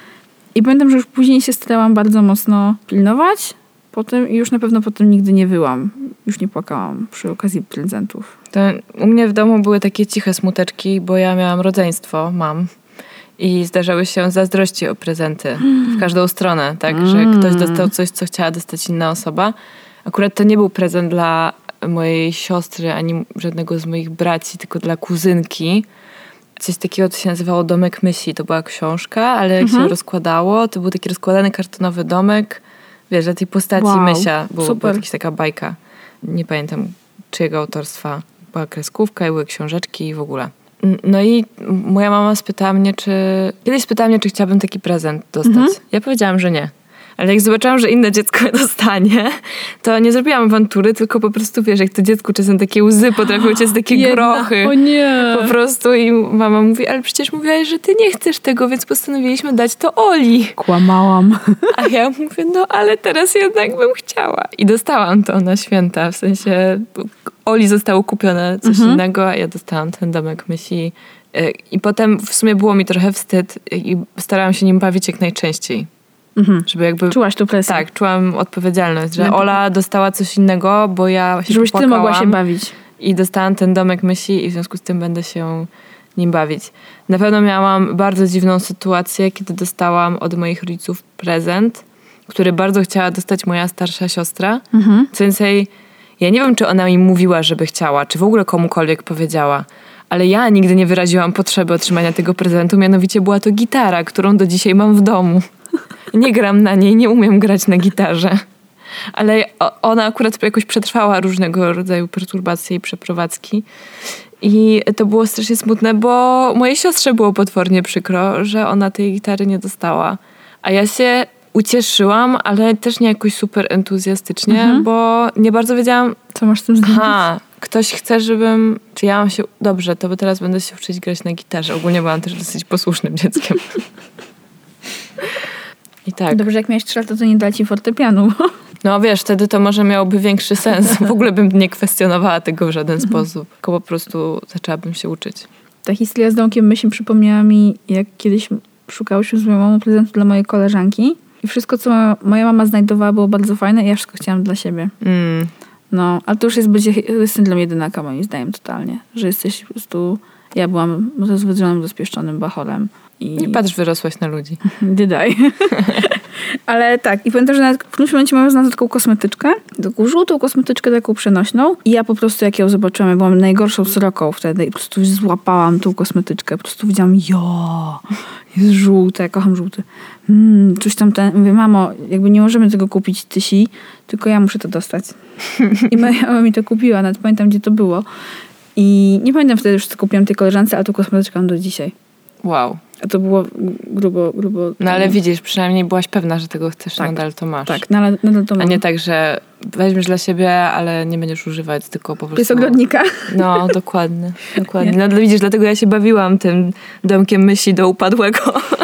I pamiętam, że już później się starałam bardzo mocno pilnować. Potem i już na pewno potem nigdy nie wyłam. Już nie płakałam przy okazji prezentów. To u mnie w domu były takie ciche smuteczki, bo ja miałam rodzeństwo, mam. I zdarzały się zazdrości o prezenty w każdą stronę, tak? Że ktoś dostał coś, co chciała dostać inna osoba. Akurat to nie był prezent dla mojej siostry, ani żadnego z moich braci, tylko dla kuzynki. Coś takiego, co się nazywało Domek Myśli. To była książka, ale jak się rozkładało, to był taki rozkładany kartonowy domek. Wiesz, że tej postaci Mysia była jakaś taka bajka. Nie pamiętam czyjego autorstwa. Była kreskówka i były książeczki i w ogóle. No i moja mama kiedyś spytała mnie, czy chciałabym taki prezent dostać. Ja powiedziałam, że nie. Ale jak zobaczyłam, że inne dziecko dostanie, to nie zrobiłam awantury, tylko po prostu, wiesz, jak to dziecku czasem takie łzy potrafią uciec, takie grochy. O nie! Po prostu i mama mówi, ale przecież mówiłaś, że ty nie chcesz tego, więc postanowiliśmy dać to Oli. Kłamałam. A ja mówię, no ale teraz jednak bym chciała. I dostałam to na święta, w sensie Oli zostało kupione coś innego, a ja dostałam ten domek myśli. I potem w sumie było mi trochę wstyd i starałam się nim bawić jak najczęściej. Żeby jakby... Czułaś tu presję. Tak, czułam odpowiedzialność, że Ola dostała coś innego, bo ja się żebyś ty mogła się bawić. I dostałam ten domek myśli i w związku z tym będę się nim bawić. Na pewno miałam bardzo dziwną sytuację, kiedy dostałam od moich rodziców prezent, który bardzo chciała dostać moja starsza siostra. Co więcej, ja nie wiem, czy ona mi mówiła, żeby chciała, czy w ogóle komukolwiek powiedziała, ale ja nigdy nie wyraziłam potrzeby otrzymania tego prezentu, mianowicie była to gitara, którą do dzisiaj mam w domu. Nie gram na niej, nie umiem grać na gitarze. Ale ona akurat jakoś przetrwała różnego rodzaju perturbacje i przeprowadzki. I to było strasznie smutne, bo mojej siostrze było potwornie przykro, że ona tej gitary nie dostała. A ja się ucieszyłam, ale też nie jakoś super entuzjastycznie, bo nie bardzo wiedziałam... Co masz z tym zrobić? Ktoś chce, żebym... Czy ja mam się... Dobrze, to teraz będę się uczyć grać na gitarze. Ogólnie byłam też dosyć posłusznym dzieckiem. I tak. Dobrze, jak miałeś 3 lata, to nie dali ci fortepianu. No wiesz, wtedy to może miałoby większy sens. W ogóle bym nie kwestionowała tego w żaden sposób. Tylko po prostu zaczęłabym się uczyć. Ta historia z domkiem myśli przypomniała mi, jak kiedyś szukałyśmy z moją mamą prezentu dla mojej koleżanki i wszystko, co moja mama znajdowała, było bardzo fajne i ja wszystko chciałam dla siebie. No, ale to już jest bycie syndrom jedynaka, moim zdaniem, totalnie. Że jesteś po prostu... Ja byłam rozwydrzonym, rozpieszczonym bachorem. Nie patrz, wyrosłaś na ludzi. Dydaj. Ale tak, i pamiętam, że nawet w którymś momencie mama znalazła taką kosmetyczkę, taką żółtą kosmetyczkę, taką przenośną i ja po prostu, jak ją zobaczyłam, ja byłam najgorszą sroką wtedy i po prostu złapałam tą kosmetyczkę, po prostu widziałam, jest żółte, kocham żółty. Coś tam, mówię, mamo, jakby nie możemy tego kupić tysi, tylko ja muszę to dostać. I moja mama mi to kupiła, nawet pamiętam, gdzie to było. I nie pamiętam wtedy już, co kupiłam tej koleżance, ale tą kosmetyczkę mam do dzisiaj. Wow. A to było grubo... No ale widzisz, przynajmniej byłaś pewna, że tego chcesz, tak. Nadal to masz. Tak, nadal to mam. A nie tak, że weźmiesz dla siebie, ale nie będziesz używać, tylko po prostu... Pies ogrodnika. No, dokładnie. No widzisz, dlatego ja się bawiłam tym domkiem myśli do upadłego.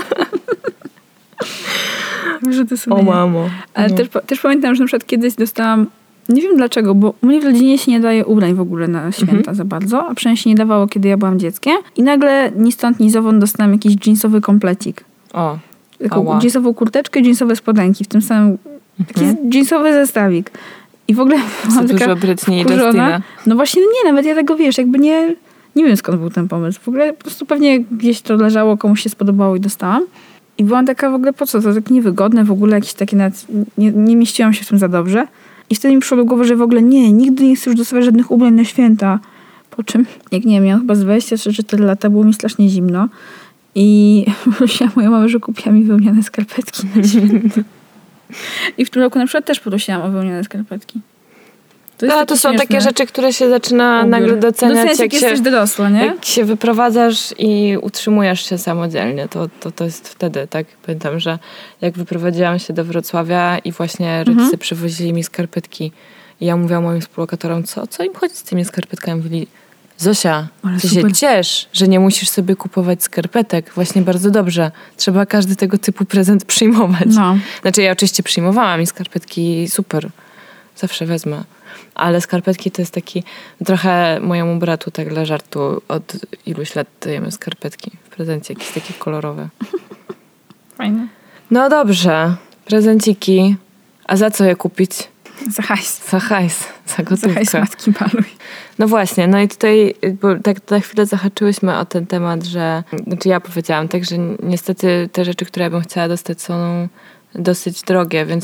Że to sobie o mamo. Ale też pamiętam, że na przykład kiedyś dostałam, nie wiem dlaczego, bo u mnie w rodzinie się nie daje ubrań w ogóle na święta za bardzo, a przynajmniej się nie dawało, kiedy ja byłam dzieckiem. I nagle ni stąd, ni zowąd dostałam jakiś jeansowy komplecik. Taką jeansową kurteczkę, jeansowe spodenki w tym samym, taki jeansowy zestawik. I w ogóle byłam taka Britney i Justina. No właśnie nie, nawet ja tego, wiesz, jakby nie wiem skąd był ten pomysł. W ogóle po prostu pewnie gdzieś to leżało, komuś się spodobało i dostałam. I byłam taka w ogóle, po co? To tak niewygodne, w ogóle jakieś takie nawet, nie mieściłam się w tym za dobrze. I wtedy mi przyszło do głowy, że w ogóle nigdy nie chcę już dostawać żadnych ubrań na święta. Po czym, jak nie wiem, miałam chyba z 23-4 lata, było mi strasznie zimno. I prosiłam moją mamę, że kupiła mi wełniane skarpetki na święta. I w tym roku na przykład też prosiłam o wełniane skarpetki. To są takie rzeczy, które się zaczyna nagle doceniać, jak jesteś dorosła, nie? Jak się wyprowadzasz i utrzymujesz się samodzielnie, to jest wtedy, tak? Pamiętam, że jak wyprowadziłam się do Wrocławia i właśnie rodzice przywozili mi skarpetki i ja mówiłam moim współlokatorom, co im chodzi z tymi skarpetkami? Mówili, Zosia, ty się ciesz, że nie musisz sobie kupować skarpetek. Właśnie bardzo dobrze. Trzeba każdy tego typu prezent przyjmować. No. Znaczy ja oczywiście przyjmowałam i skarpetki super. Zawsze wezmę. Ale skarpetki to jest taki... Trochę mojemu bratu tak dla żartu od iluś lat dajemy skarpetki w prezencie. Jakieś takie kolorowe. Fajne. No dobrze. Prezenciki. A za co je kupić? Za hajs. Za hajs. Za gotówkę. Za hajs matki maluj. No właśnie. No i tutaj bo tak na chwilę zahaczyłyśmy o ten temat, że... Znaczy ja powiedziałam tak, że niestety te rzeczy, które ja bym chciała dostać są dosyć drogie, więc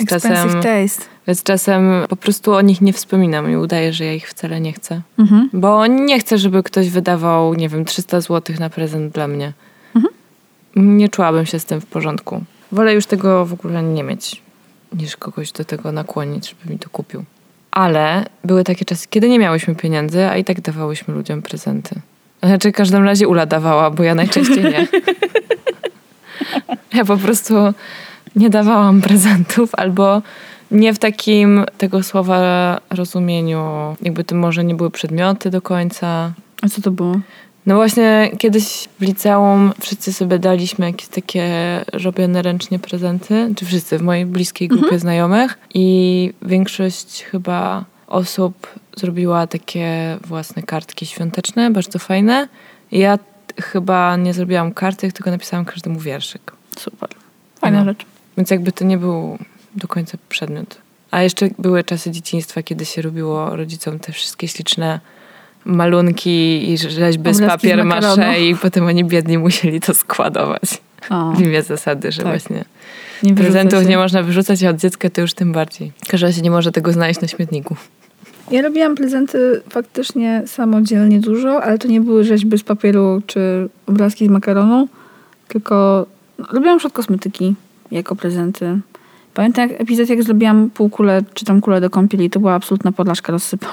czasem po prostu o nich nie wspominam i udaję, że ja ich wcale nie chcę. Bo nie chcę, żeby ktoś wydawał, nie wiem, 300 zł na prezent dla mnie. Nie czułabym się z tym w porządku. Wolę już tego w ogóle nie mieć, niż kogoś do tego nakłonić, żeby mi to kupił. Ale były takie czasy, kiedy nie miałyśmy pieniędzy, a i tak dawałyśmy ludziom prezenty. Znaczy w każdym razie Ula dawała, bo ja najczęściej nie. Ja po prostu nie dawałam prezentów, albo nie w takim tego słowa rozumieniu. Jakby to może nie były przedmioty do końca. A co to było? No właśnie kiedyś w liceum wszyscy sobie daliśmy jakieś takie robione ręcznie prezenty, czy wszyscy w mojej bliskiej grupie znajomych i większość chyba osób zrobiła takie własne kartki świąteczne, bardzo fajne. Ja chyba nie zrobiłam kartek, tylko napisałam każdemu wierszyk. Super. Fajna rzecz. Więc jakby to nie był do końca przedmiot. A jeszcze były czasy dzieciństwa, kiedy się robiło rodzicom te wszystkie śliczne malunki i rzeźby z papier mache i potem oni biedni musieli to składować. W imię zasady, że właśnie prezentów nie można wyrzucać, a od dziecka to już tym bardziej. Każdy się nie może tego znaleźć na śmietniku. Ja robiłam prezenty faktycznie samodzielnie dużo, ale to nie były rzeźby z papieru czy obrazki z makaronu, tylko robiłam przed kosmetyki jako prezenty. Pamiętam epizod, jak zrobiłam półkulę czy tam kulę do kąpieli, to była absolutna podlaszka,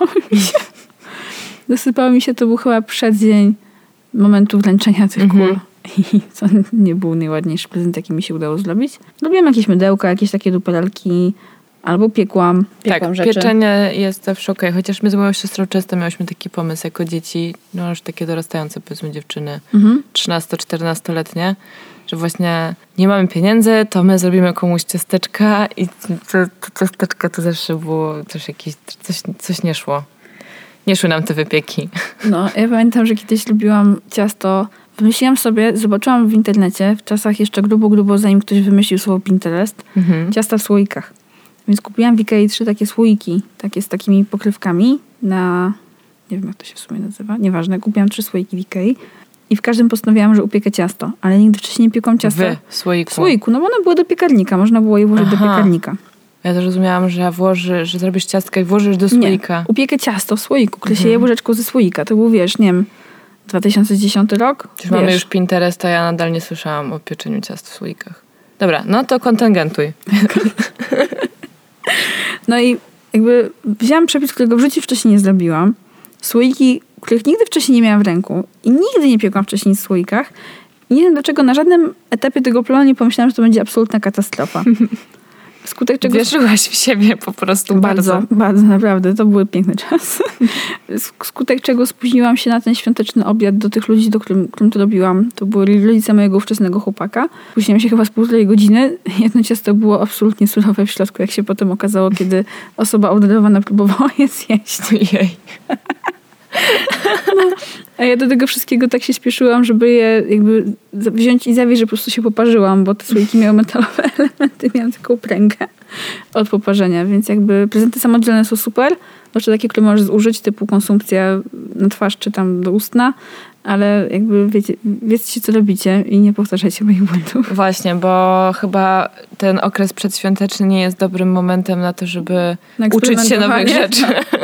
Dosypały mi się, to był chyba przeddzień momentu wręczenia tych kul. I to nie był najładniejszy prezent, jaki mi się udało zrobić. Robiłam jakieś mydełka, jakieś takie duperelki, albo piekłam rzeczy. Pieczenie jest zawsze okej. Chociaż my z moją siostrą często miałyśmy taki pomysł jako dzieci, no już takie dorastające, powiedzmy dziewczyny, 13-14-letnie, że właśnie nie mamy pieniędzy, to my zrobimy komuś ciasteczka i to ciasteczka to zawsze było też jakieś, coś nie szło. Nie szły nam te wypieki. No, ja pamiętam, że kiedyś lubiłam ciasto. Wymyśliłam sobie, zobaczyłam w internecie, w czasach jeszcze grubo, zanim ktoś wymyślił słowo Pinterest, ciasta w słoikach. Więc kupiłam w Ikei 3 takie słoiki, takie z takimi pokrywkami na... Nie wiem, jak to się w sumie nazywa. Nieważne. Kupiłam 3 słoiki w Ikei i w każdym postanowiłam, że upiekę ciasto. Ale nigdy wcześniej nie piekłam ciasta w słoiku. W słoiku, no bo one były do piekarnika. Można było je włożyć do piekarnika. Ja zrozumiałam, że zrobisz ciastka i włożysz do słoika. Nie, upiekę ciasto w słoiku, które się je łyżeczką ze słoika. To był, wiesz, nie wiem, 2010 rok. Mamy już Pinteresta, ja nadal nie słyszałam o pieczeniu ciast w słoikach. Dobra, no to kontyngentuj. No i jakby wzięłam przepis, którego w życiu wcześniej nie zrobiłam. Słoiki, których nigdy wcześniej nie miałam w ręku i nigdy nie piekłam wcześniej w słoikach. I nie wiem dlaczego na żadnym etapie tego planu nie pomyślałam, że to będzie absolutna katastrofa. Skutek czego... Wierzyłaś w siebie po prostu bardzo. Bardzo, naprawdę. To były piękne czasy. Skutek czego spóźniłam się na ten świąteczny obiad do tych ludzi, którym to robiłam. To były rodzice mojego ówczesnego chłopaka. Spóźniłam się chyba z 1,5 godziny. Jedno ciasto było absolutnie surowe w środku, jak się potem okazało, kiedy osoba orderowana próbowała je zjeść. Ojej. No, a ja do tego wszystkiego tak się spieszyłam, żeby je jakby wziąć i zawieść, że po prostu się poparzyłam, bo te słoiki miały metalowe elementy, miałam taką pręgę od poparzenia, więc jakby prezenty samodzielne są super, zwłaszcza takie, które możesz zużyć, typu konsumpcja na twarz czy tam do ustna, ale jakby wiecie co robicie i nie powtarzajcie moich błędów. Właśnie, bo chyba ten okres przedświąteczny nie jest dobrym momentem na to, żeby uczyć się nowych rzeczy.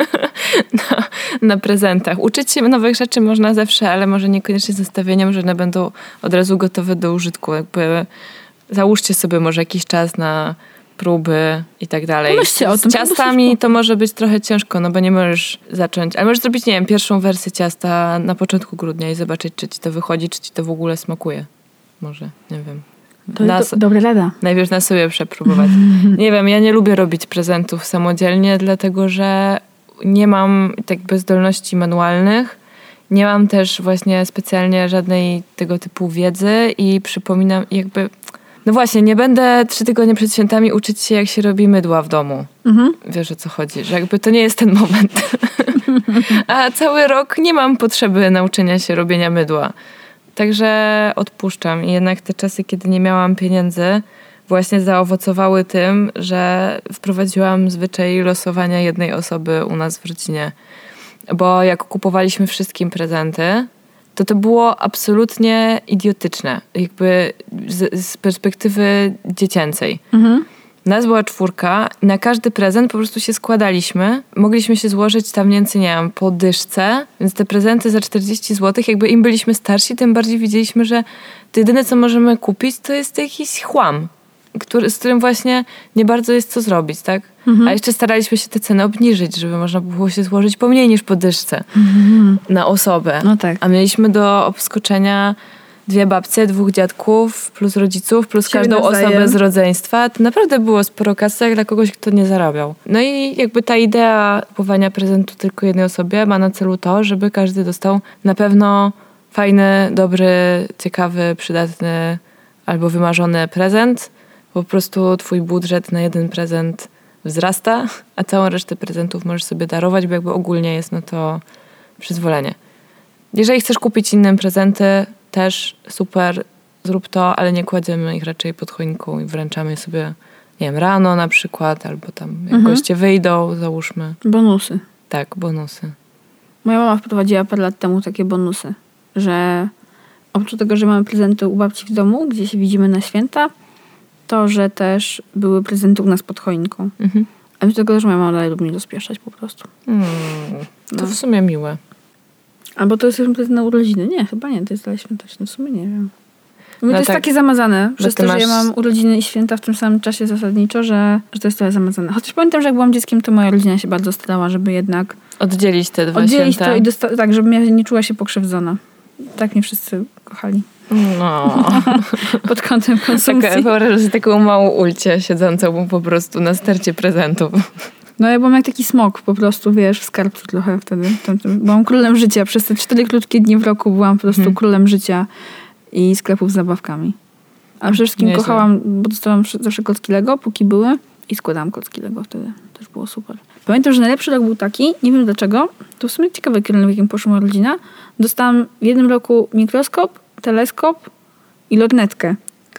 Na prezentach. Uczyć się nowych rzeczy można zawsze, ale może niekoniecznie z nastawieniem, że one będą od razu gotowe do użytku. Jakby załóżcie sobie może jakiś czas na próby i tak dalej. Z ciastami to może być trochę ciężko, no bo nie możesz zacząć, ale możesz zrobić, nie wiem, pierwszą wersję ciasta na początku grudnia i zobaczyć, czy ci to wychodzi, czy ci to w ogóle smakuje. Może, nie wiem. To dobra rada. Najpierw na sobie przepróbować. Nie wiem, ja nie lubię robić prezentów samodzielnie, dlatego że nie mam jakby zdolności manualnych. Nie mam też właśnie specjalnie żadnej tego typu wiedzy i przypominam jakby... No właśnie, nie będę 3 tygodnie przed świętami uczyć się, jak się robi mydła w domu. Wiesz, o co chodzi, że jakby to nie jest ten moment. A cały rok nie mam potrzeby nauczenia się robienia mydła. Także odpuszczam. I jednak te czasy, kiedy nie miałam pieniędzy, właśnie zaowocowały tym, że wprowadziłam zwyczaj losowania jednej osoby u nas w rodzinie. Bo jak kupowaliśmy wszystkim prezenty, to było absolutnie idiotyczne. Jakby z perspektywy dziecięcej. Nas była 4, na każdy prezent po prostu się składaliśmy. Mogliśmy się złożyć tam mniej więcej, nie wiem, po dyszce, więc te prezenty za 40 zł, jakby im byliśmy starsi, tym bardziej widzieliśmy, że to jedyne, co możemy kupić, to jest jakiś chłam, z którym właśnie nie bardzo jest co zrobić, tak? A jeszcze staraliśmy się te ceny obniżyć, żeby można było się złożyć po mniej niż po dyszce na osobę. No tak. A mieliśmy do obskoczenia 2 babcie, 2 dziadków, plus rodziców, plus Siebie każdą nawzajem. osobę z rodzeństwa. To naprawdę było sporo kasy jak dla kogoś, kto nie zarabiał. No i jakby ta idea kupowania prezentu tylko jednej osobie ma na celu to, żeby każdy dostał na pewno fajny, dobry, ciekawy, przydatny albo wymarzony prezent. Po prostu twój budżet na jeden prezent wzrasta, a całą resztę prezentów możesz sobie darować, bo jakby ogólnie jest na to przyzwolenie. Jeżeli chcesz kupić innym prezenty, też super, zrób to, ale nie kładziemy ich raczej pod choinką i wręczamy je sobie, nie wiem, rano na przykład, albo tam jak goście wyjdą, załóżmy. Bonusy. Tak, bonusy. Moja mama wprowadziła parę lat temu takie bonusy, że oprócz tego, że mamy prezenty u babci w domu, gdzie się widzimy na święta, to, że też były prezenty u nas pod choinką. A do tego, że moja mama dalej lubi mnie rozpieszczać po prostu. To w sumie miłe. Albo to jest prezent na urodziny. Nie, chyba nie, to jest dalej świąteczne. W sumie nie wiem. To jest tak, takie zamazane, przez to, masz... że ja mam urodziny i święta w tym samym czasie zasadniczo, że to jest trochę zamazane. Chociaż pamiętam, że jak byłam dzieckiem, to moja rodzina się bardzo starała, żeby jednak oddzielić te 2 święta. To i tak, żebym ja nie czuła się pokrzywdzona. Tak mnie wszyscy kochali. No. Pod kątem konsumpcji. Wyobrażam sobie taką małą Ulcię siedzącą po prostu na stercie prezentów. No ja byłam jak taki smok po prostu, wiesz, w skarbcu trochę wtedy. Byłam królem życia. Przez te 4 krótkie dni w roku byłam po prostu królem życia i sklepów z zabawkami. A przede wszystkim Nieźle. kochałam, bo dostałam zawsze klocki Lego, póki były i składałam klocki Lego wtedy. Też było super. Pamiętam, że najlepszy rok był taki, nie wiem dlaczego, to w sumie ciekawy kierunek, w jakim poszła moja rodzina. Dostałam w jednym roku mikroskop, teleskop i lornetkę.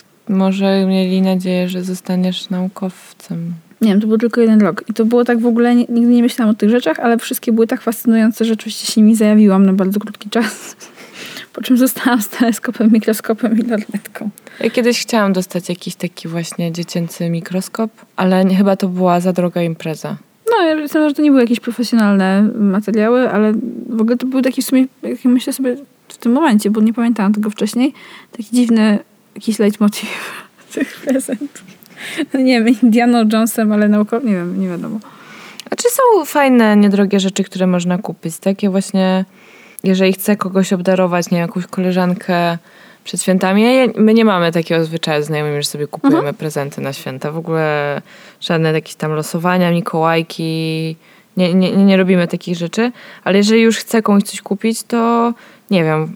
Może mieli nadzieję, że zostaniesz naukowcem. Nie wiem, to był tylko 1 rok. I to było tak w ogóle, nigdy nie myślałam o tych rzeczach, ale wszystkie były tak fascynujące, że oczywiście się nimi zajawiłam na bardzo krótki czas. Po czym zostałam z teleskopem, mikroskopem i lornetką. Ja kiedyś chciałam dostać jakiś taki właśnie dziecięcy mikroskop, ale chyba to była za droga impreza. No, ja myślę, że to nie były jakieś profesjonalne materiały, ale w ogóle to był taki w sumie, jak myślę sobie w tym momencie, bo nie pamiętałam tego wcześniej, taki dziwny jakiś leitmotiv tych prezentów. No nie wiem, Indiana Jonesem, ale naukowo, nie wiem, nie wiadomo. A czy są fajne, niedrogie rzeczy, które można kupić? Takie właśnie, jeżeli chcę kogoś obdarować, nie wiem, jakąś koleżankę przed świętami. My nie mamy takiego zwyczaju z znajomymi, że sobie kupujemy prezenty na święta. W ogóle żadne jakieś tam losowania, Mikołajki. Nie robimy takich rzeczy. Ale jeżeli już chcę komuś coś kupić, to nie wiem,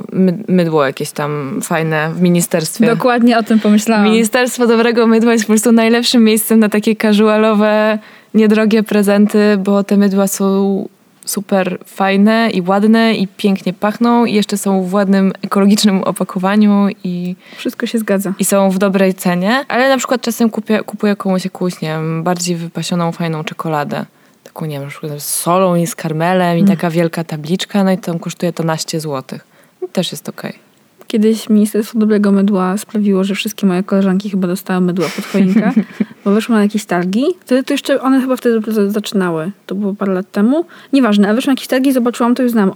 mydło jakieś tam fajne w ministerstwie. Dokładnie o tym pomyślałam. Ministerstwo dobrego mydła jest po prostu najlepszym miejscem na takie casualowe, niedrogie prezenty, bo te mydła są super fajne i ładne i pięknie pachną i jeszcze są w ładnym, ekologicznym opakowaniu i wszystko się zgadza. I są w dobrej cenie, ale na przykład czasem kupuję komuś jakąś, nie wiem, bardziej wypasioną, fajną czekoladę. Taką, nie wiem, na przykład z solą i z karmelem i taka wielka tabliczka, no i tam kosztuje to 12 zł. Też jest okej. Kiedyś Ministerstwo Dobrego Mydła sprawiło, że wszystkie moje koleżanki chyba dostały mydła pod choinkę, bo weszłam na jakieś targi. Wtedy to jeszcze one chyba wtedy zaczynały. To było parę lat temu. Nieważne, ale weszłam na jakieś targi, zobaczyłam to i uznałam,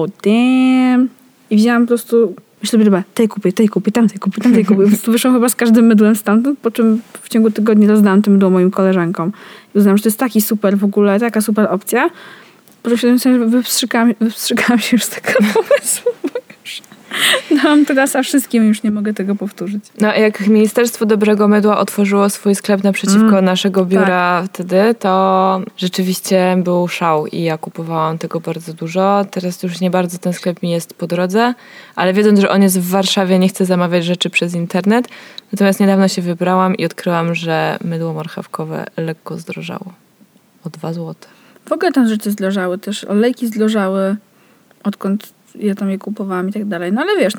damn. I wzięłam po prostu, myślę sobie, dobra, tej kupię, tamtej kupię. Po prostu wyszłam chyba z każdym mydłem stamtąd, po czym w ciągu tygodnia rozdałam to mydło moim koleżankom. I uznałam, że to jest taki super w ogóle, taka super opcja. Po czym się wypstrzykałam się już z tego pomysłu. Dałam teraz, a wszystkim już nie mogę tego powtórzyć. No jak Ministerstwo Dobrego Mydła otworzyło swój sklep naprzeciwko naszego biura wtedy, to rzeczywiście był szał i ja kupowałam tego bardzo dużo. Teraz już nie bardzo ten sklep mi jest po drodze, ale wiedząc, że on jest w Warszawie, nie chcę zamawiać rzeczy przez internet. Natomiast niedawno się wybrałam i odkryłam, że mydło marchewkowe lekko zdrożało. O 2 zł. W ogóle tam rzeczy zdrożały też. Olejki zdrożały, odkąd ja tam je kupowałam i tak dalej. No ale wiesz,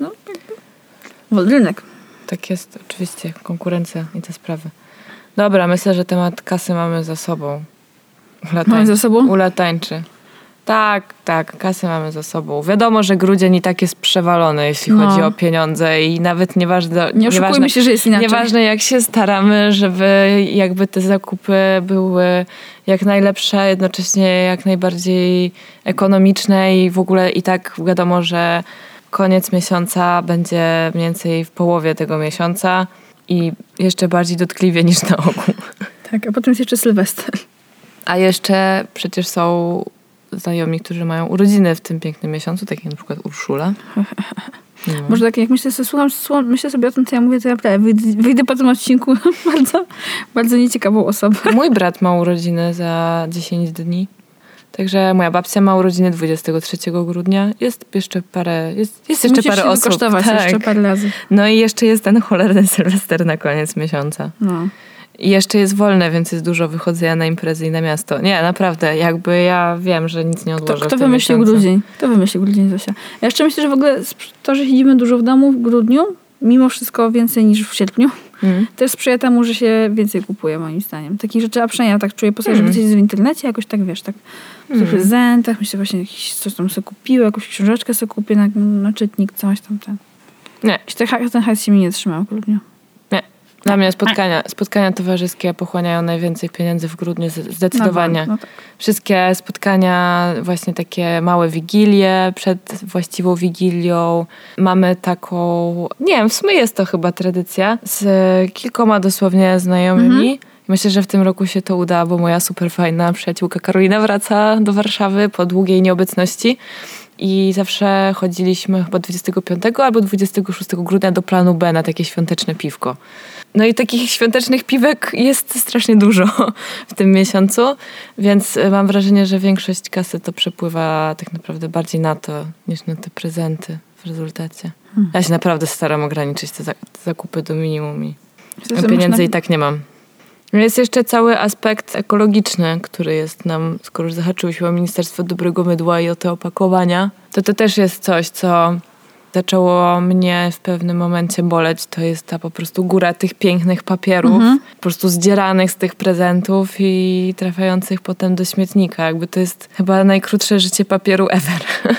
rynek. Tak jest, oczywiście. Konkurencja i te sprawy. Dobra, myślę, że temat kasy mamy za sobą. Mamy za sobą? Ula tańczy. Tak, kasy mamy za sobą. Wiadomo, że grudzień i tak jest przewalony, jeśli chodzi o pieniądze i nawet nieważne... Nie oszukujmy się, że jest inaczej. Nieważne jak się staramy, żeby jakby te zakupy były jak najlepsze, jednocześnie jak najbardziej ekonomiczne i w ogóle i tak wiadomo, że koniec miesiąca będzie mniej więcej w połowie tego miesiąca i jeszcze bardziej dotkliwie niż na ogół. Tak, a potem jest jeszcze Sylwester. A jeszcze przecież są znajomi, którzy mają urodziny w tym pięknym miesiącu, tak jak na przykład Urszula. Może tak jak myślę sobie o tym, co ja mówię, to ja wyjdę po tym odcinku bardzo, bardzo nieciekawą osobę. Mój brat ma urodziny za 10 dni. Także moja babcia ma urodziny 23 grudnia. Jest jeszcze parę osób. Kosztować jeszcze parę razy. No i jeszcze jest ten cholerny Sylwester na koniec miesiąca. No. I jeszcze jest wolne, więc jest dużo wychodzenia na imprezy i na miasto. Nie, naprawdę, jakby ja wiem, że nic nie odłożę. Kto wymyślił grudzień? Kto wymyślił grudzień, Zosia? Ja jeszcze myślę, że w ogóle to, że siedzimy dużo w domu w grudniu, mimo wszystko więcej niż w sierpniu, też sprzyja temu, że się więcej kupuje, moim zdaniem. Takich rzeczy, a przynajmniej ja tak czuję po sobie, że coś jest w internecie, jakoś tak, wiesz, tak w prezentach, myślę właśnie jakiś coś tam sobie kupiły, jakąś książeczkę sobie kupię na czytnik, coś tam. Nie. Ten hajs się mi nie trzymał w grudniu. Nie. Dla mnie spotkania towarzyskie pochłaniają najwięcej pieniędzy w grudniu, zdecydowanie. No tak. Wszystkie spotkania, właśnie takie małe wigilie przed właściwą wigilią. Mamy taką, nie wiem, w sumie jest to chyba tradycja, z kilkoma dosłownie znajomymi. Myślę, że w tym roku się to uda, bo moja super fajna przyjaciółka Karolina wraca do Warszawy po długiej nieobecności. I zawsze chodziliśmy chyba 25 albo 26 grudnia do Planu B na takie świąteczne piwko. No i takich świątecznych piwek jest strasznie dużo w tym miesiącu, więc mam wrażenie, że większość kasy to przepływa tak naprawdę bardziej na to, niż na te prezenty w rezultacie. Ja się naprawdę staram ograniczyć te zakupy do minimum i pieniędzy i tak nie mam. Jest jeszcze cały aspekt ekologiczny, który jest nam, skoro już zahaczyłyśmy o Ministerstwo Dobrego Mydła i o te opakowania, to też jest coś, co zaczęło mnie w pewnym momencie boleć. To jest ta po prostu góra tych pięknych papierów, po prostu zdzieranych z tych prezentów i trafiających potem do śmietnika. Jakby to jest chyba najkrótsze życie papieru ever.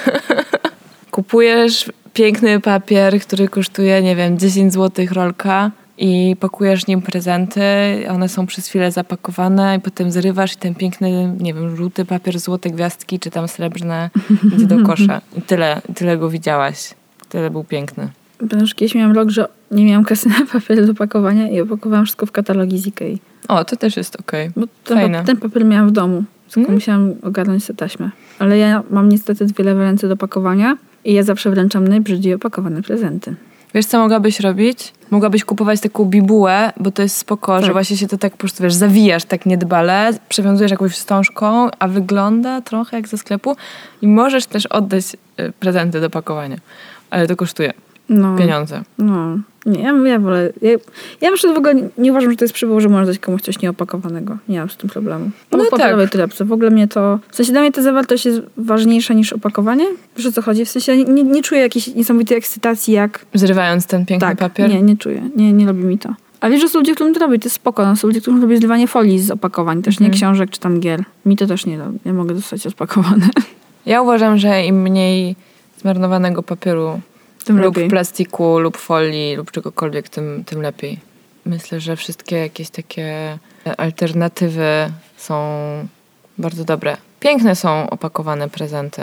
Kupujesz piękny papier, który kosztuje, nie wiem, 10 zł rolka, i pakujesz nim prezenty, one są przez chwilę zapakowane i potem zrywasz i ten piękny, nie wiem, żółty papier, złote gwiazdki, czy tam srebrne idzie do kosza. I tyle go widziałaś. Tyle był piękny. Już kiedyś miałam rok, że nie miałam kasy na papier do pakowania i opakowałam wszystko w katalogi z Ikei. O, to też jest okej. Bo ten papier miałam w domu, tylko musiałam ogarnąć sobie taśmę. Ale ja mam niestety dwie lewe ręce do pakowania i ja zawsze wręczam najbrzydziej opakowane prezenty. Wiesz, co mogłabyś robić? Mogłabyś kupować taką bibułę, bo to jest spoko, że właśnie się to tak po prostu, wiesz, zawijasz tak niedbale, przewiązujesz jakąś wstążką, a wygląda trochę jak ze sklepu i możesz też oddać prezenty do pakowania. Ale to kosztuje pieniądze. No. Nie, ja wolę... Ja myślę, że w ogóle nie uważam, że to jest przybył, że można dać komuś coś nieopakowanego. Nie mam z tym problemu. No w papierowej torebce. W ogóle mnie to... W sensie dla mnie ta zawartość jest ważniejsza niż opakowanie. Wiesz, o co chodzi? W sensie nie czuję jakiejś niesamowitej ekscytacji, jak... Zrywając ten piękny papier? Nie czuję. Nie lubi mi to. Ale wiesz, że są ludzie, którym to robi. To jest spoko. No, są ludzie, którym robi zrywanie folii z opakowań. Też nie książek czy tam gier. Mi to też nie robi. Ja mogę dostać rozpakowane. Ja uważam, że im mniej zmarnowanego papieru lub plastiku, lub folii, lub czegokolwiek, tym lepiej. Myślę, że wszystkie jakieś takie alternatywy są bardzo dobre. Piękne są opakowane prezenty.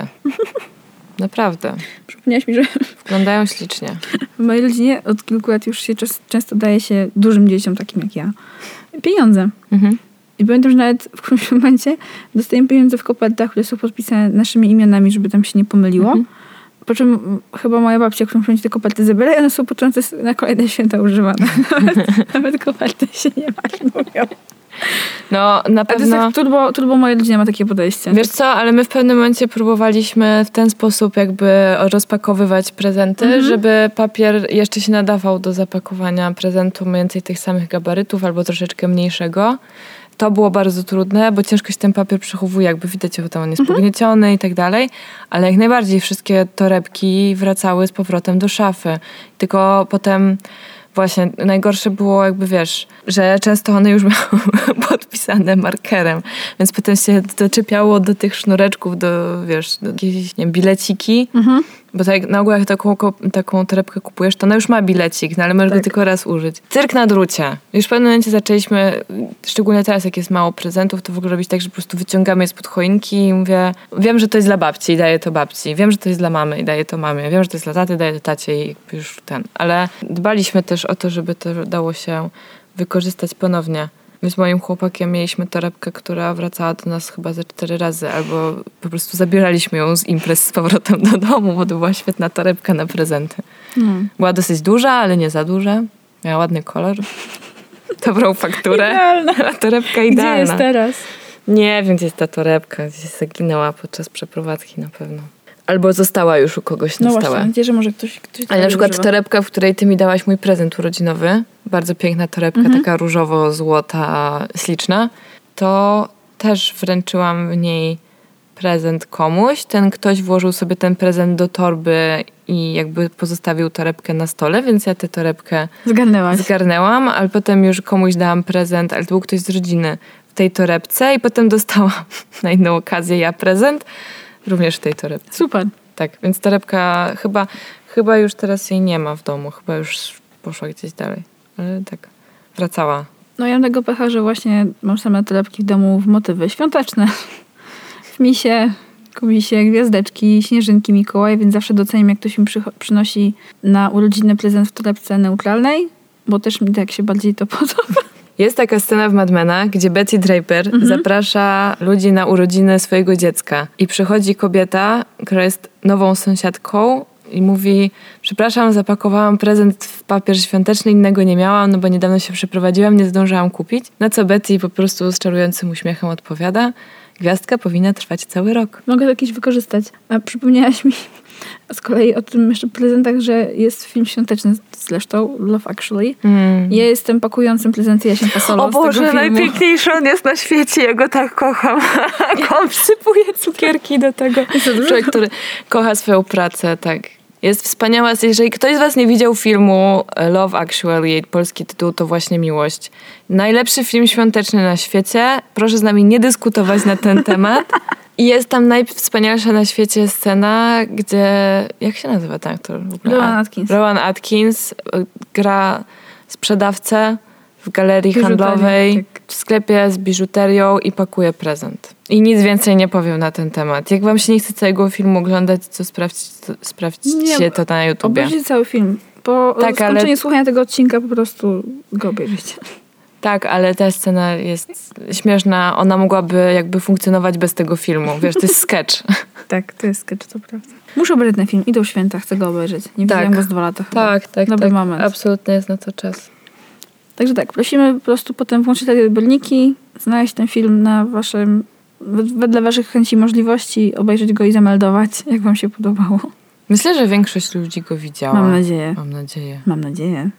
Naprawdę. Przypomniałaś mi, że... Wyglądają ślicznie. W mojej rodzinie od kilku lat już się często daje się dużym dzieciom, takim jak ja, pieniądze. I pamiętam, że nawet w którymś momencie dostajemy pieniądze w kopertach, które są podpisane naszymi imionami, żeby tam się nie pomyliło. Po czym chyba moja babcia, którą te koperty zabiera i one są początce na kolejne święta używane. Nawet koperty się nie marnują. No, na pewno... Ale to jest tak turbo moja rodzina ma takie podejście. Wiesz co, ale my w pewnym momencie próbowaliśmy w ten sposób jakby rozpakowywać prezenty, żeby papier jeszcze się nadawał do zapakowania prezentu mniej więcej tych samych gabarytów albo troszeczkę mniejszego. To było bardzo trudne, bo ciężko się ten papier przechowuje, jakby widać, że tam on jest pognieciony i tak dalej, ale jak najbardziej wszystkie torebki wracały z powrotem do szafy. Tylko potem właśnie najgorsze było jakby, wiesz, że często one już miały podpisane markerem, więc potem się doczepiało do tych sznureczków, do jakiejś, nie wiem, bileciki, bo tak na ogół jak taką torebkę kupujesz, to ona już ma bilecik, no ale możesz go tylko raz użyć. Cyrk na drucie. Już w pewnym momencie zaczęliśmy, szczególnie teraz jak jest mało prezentów, to w ogóle robić tak, że po prostu wyciągamy je spod choinki i mówię, wiem, że to jest dla babci i daję to babci, wiem, że to jest dla mamy i daję to mamie, wiem, że to jest dla taty, daję to tacie i już ale dbaliśmy też o to, żeby to dało się wykorzystać ponownie. My z moim chłopakiem mieliśmy torebkę, która wracała do nas chyba ze 4 razy, albo po prostu zabieraliśmy ją z imprez z powrotem do domu, bo to była świetna torebka na prezenty. Była dosyć duża, ale nie za duża. Miała ładny kolor. Dobrą fakturę. Idealna. Torebka idealna. Gdzie jest teraz? Nie wiem, gdzie jest ta torebka. Gdzieś zaginęła podczas przeprowadzki na pewno. Albo została już u kogoś na stałe. Mam nadzieję, że może ktoś ale na przykład torebka, w której ty mi dałaś mój prezent urodzinowy, bardzo piękna torebka, taka różowo-złota, śliczna, to też wręczyłam w niej prezent komuś. Ten ktoś włożył sobie ten prezent do torby i jakby pozostawił torebkę na stole, więc ja tę torebkę zgarnęłam, ale potem już komuś dałam prezent, ale to był ktoś z rodziny w tej torebce i potem dostałam na inną okazję ja prezent również w tej torebce. Super. Tak, więc torebka chyba już teraz jej nie ma w domu, chyba już poszła gdzieś dalej, ale tak, wracała. No ja mam tego pecha, że właśnie mam same torebki w domu w motywy świąteczne. W misie, komisie, gwiazdeczki, śnieżynki, Mikołaj, więc zawsze doceniam, jak ktoś mi przynosi na urodziny prezent w torebce neutralnej, bo też mi tak się bardziej to podoba. Jest taka scena w Mad Menach, gdzie Betty Draper zaprasza ludzi na urodziny swojego dziecka i przychodzi kobieta, która jest nową sąsiadką i mówi: przepraszam, zapakowałam prezent w papier świąteczny, innego nie miałam, no bo niedawno się przeprowadziłam, nie zdążyłam kupić. Na co Betty po prostu z czarującym uśmiechem odpowiada: gwiazdka powinna trwać cały rok. Mogę to jakieś wykorzystać. A przypomniałaś mi z kolei o tym jeszcze prezentach, że jest film świąteczny zresztą, Love Actually. Ja jestem pakującym prezenty Jasia Fasolo. O Boże, najpiękniejszy on jest na świecie, ja go tak kocham. On wsypuje cukierki do tego. Człowiek, który kocha swoją pracę, tak. Jest wspaniała. Jeżeli ktoś z was nie widział filmu Love Actually, polski tytuł to właśnie Miłość. Najlepszy film świąteczny na świecie. Proszę z nami nie dyskutować na ten temat. I jest tam najwspanialsza na świecie scena, gdzie... Jak się nazywa ten aktor? Rowan Atkins gra sprzedawcę w galerii handlowej, tak. W sklepie z biżuterią i pakuje prezent. I nic więcej nie powiem na ten temat. Jak wam się nie chce całego filmu oglądać, to sprawdźcie to na YouTubie. Obejrzyjcie cały film. Po skończeniu słuchania tego odcinka po prostu go obejrzyjcie. Tak, ale ta scena jest śmieszna. Ona mogłaby jakby funkcjonować bez tego filmu. Wiesz, to jest sketch. Tak, to jest sketch, to prawda. Muszę obejrzeć ten film. Idą święta, chcę go obejrzeć. Nie widziałam go z 2 lata chyba. Tak. Dobry moment. Absolutnie jest na to czas. Także tak, prosimy po prostu potem włączyć te odbiorniki, znaleźć ten film na wedle waszych chęci i możliwości, obejrzeć go i zameldować, jak wam się podobało. Myślę, że większość ludzi go widziała. Mam nadzieję. Mam nadzieję.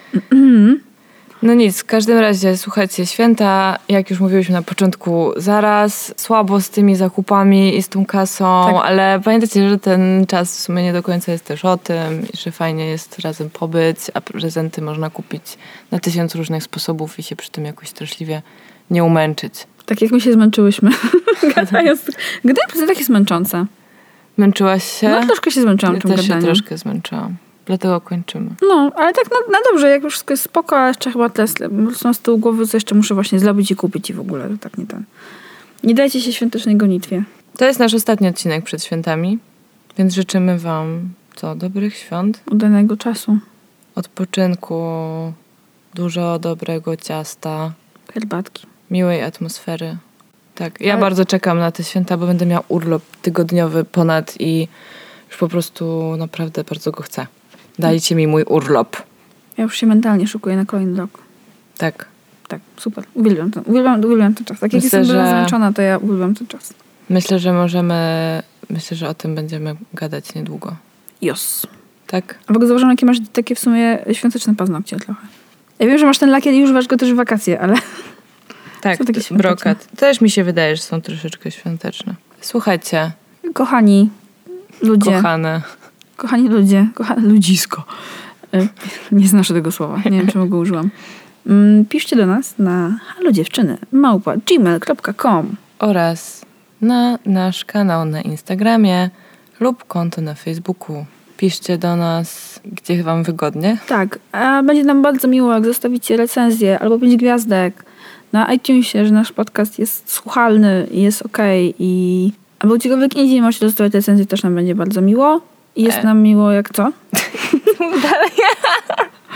No nic, w każdym razie, słuchajcie, święta, jak już mówiłyśmy na początku, zaraz słabo z tymi zakupami i z tą kasą, tak. Ale pamiętajcie, że ten czas w sumie nie do końca jest też o tym, że fajnie jest razem pobyć, a prezenty można kupić na 1000 różnych sposobów i się przy tym jakoś straszliwie nie umęczyć. Tak jak my się zmęczyłyśmy. Gadając. Gadanie o prezentach jest męczące. Męczyłaś się? No troszkę się zmęczyłam tym gadaniem. Ja też się troszkę zmęczyłam. Dlatego kończymy. No, ale tak na dobrze, jak już wszystko jest spoko, a jeszcze chyba Tesla. Są z tyłu głowy, co jeszcze muszę właśnie zrobić i kupić i w ogóle. Tak nie ten. Nie dajcie się świątecznej gonitwie. To jest nasz ostatni odcinek przed świętami, więc życzymy wam dobrych świąt. Udanego czasu. Odpoczynku, dużo dobrego ciasta. Herbatki. Miłej atmosfery. Tak, ja bardzo czekam na te święta, bo będę miała urlop tygodniowy ponad i już po prostu naprawdę bardzo go chcę. Dajcie mi mój urlop. Ja już się mentalnie szykuję na kolejny rok. Tak. Tak, super. Uwielbiam ten czas. Tak jak jestem zmęczona, to ja uwielbiam ten czas. Myślę, że o tym będziemy gadać niedługo. Jos. Tak? A w ogóle zauważyłam, jakie masz takie w sumie świąteczne paznokcie trochę. Ja wiem, że masz ten lakier i używasz go też w wakacje, ale... Tak, brokat. Też mi się wydaje, że są troszeczkę świąteczne. Słuchajcie. Kochani ludzie. Kochani ludzie. Kochane ludzisko. Nie znaszę tego słowa. Nie wiem, czemu go użyłam. Piszcie do nas na halodziewczyny@gmail.com oraz na nasz kanał na Instagramie lub konto na Facebooku. Piszcie do nas, gdzie wam wygodnie. Tak, a będzie nam bardzo miło, jak zostawicie recenzję albo 5 gwiazdek na iTunesie, że nasz podcast jest słuchalny i jest okej. Albo gdziekolwiek indziej możecie dostawać recenzję, też nam będzie bardzo miło. I jest nam miło jak co? Dalej.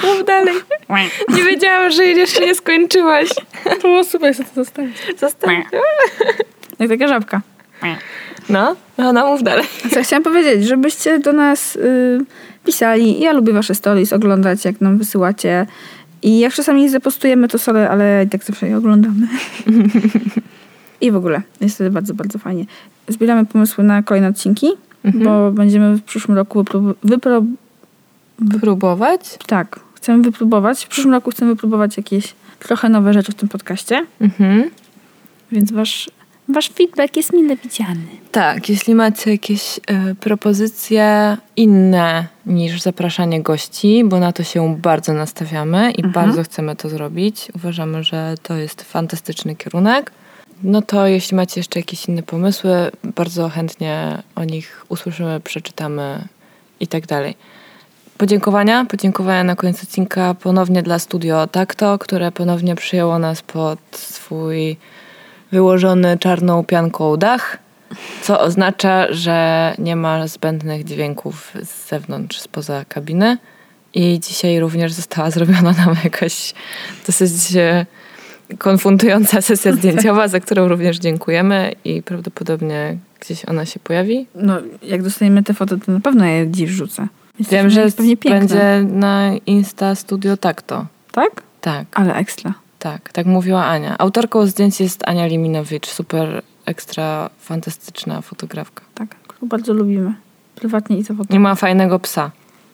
Mów dalej. Nie wiedziałam, że jeszcze nie skończyłaś. To było super, co to zostawić. Jak taka żabka. No, mów dalej. Co ja chciałam powiedzieć, żebyście do nas pisali. Ja lubię wasze stories oglądać, jak nam wysyłacie. I jak czasami nie zapostujemy, to sorry, ale tak zawsze je oglądamy. I w ogóle jest to bardzo, bardzo fajnie. Zbieramy pomysły na kolejne odcinki, bo będziemy w przyszłym roku wypróbować? Tak, chcemy wypróbować. W przyszłym roku chcemy wypróbować jakieś trochę nowe rzeczy w tym podcaście. Więc wasz feedback jest mile widziany. Tak, jeśli macie jakieś propozycje inne niż zapraszanie gości, bo na to się bardzo nastawiamy i bardzo chcemy to zrobić. Uważamy, że to jest fantastyczny kierunek. No to jeśli macie jeszcze jakieś inne pomysły, bardzo chętnie o nich usłyszymy, przeczytamy i tak dalej. Podziękowania na koniec odcinka ponownie dla Studio Takto, które ponownie przyjęło nas pod swój wyłożony czarną pianką dach, co oznacza, że nie ma zbędnych dźwięków z zewnątrz, spoza kabiny. I dzisiaj również została zrobiona nam jakaś dosyć konfundująca sesja zdjęciowa, za którą również dziękujemy i prawdopodobnie gdzieś ona się pojawi. No, jak dostaniemy te foto, to na pewno je dziś wrzucę. Wiem, że będzie na Insta Studio Takto. Tak? Tak. Ale ekstra. Tak mówiła Ania. Autorką zdjęć jest Ania Liminowicz. Super, ekstra, fantastyczna fotografka. Tak, którą bardzo lubimy. Prywatnie i zawodowo. Nie ma fajnego psa.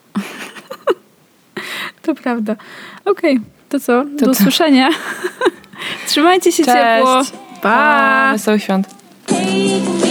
To prawda. Okej, to co? Do usłyszenia. Trzymajcie się ciepło. Pa! Wesołych świąt.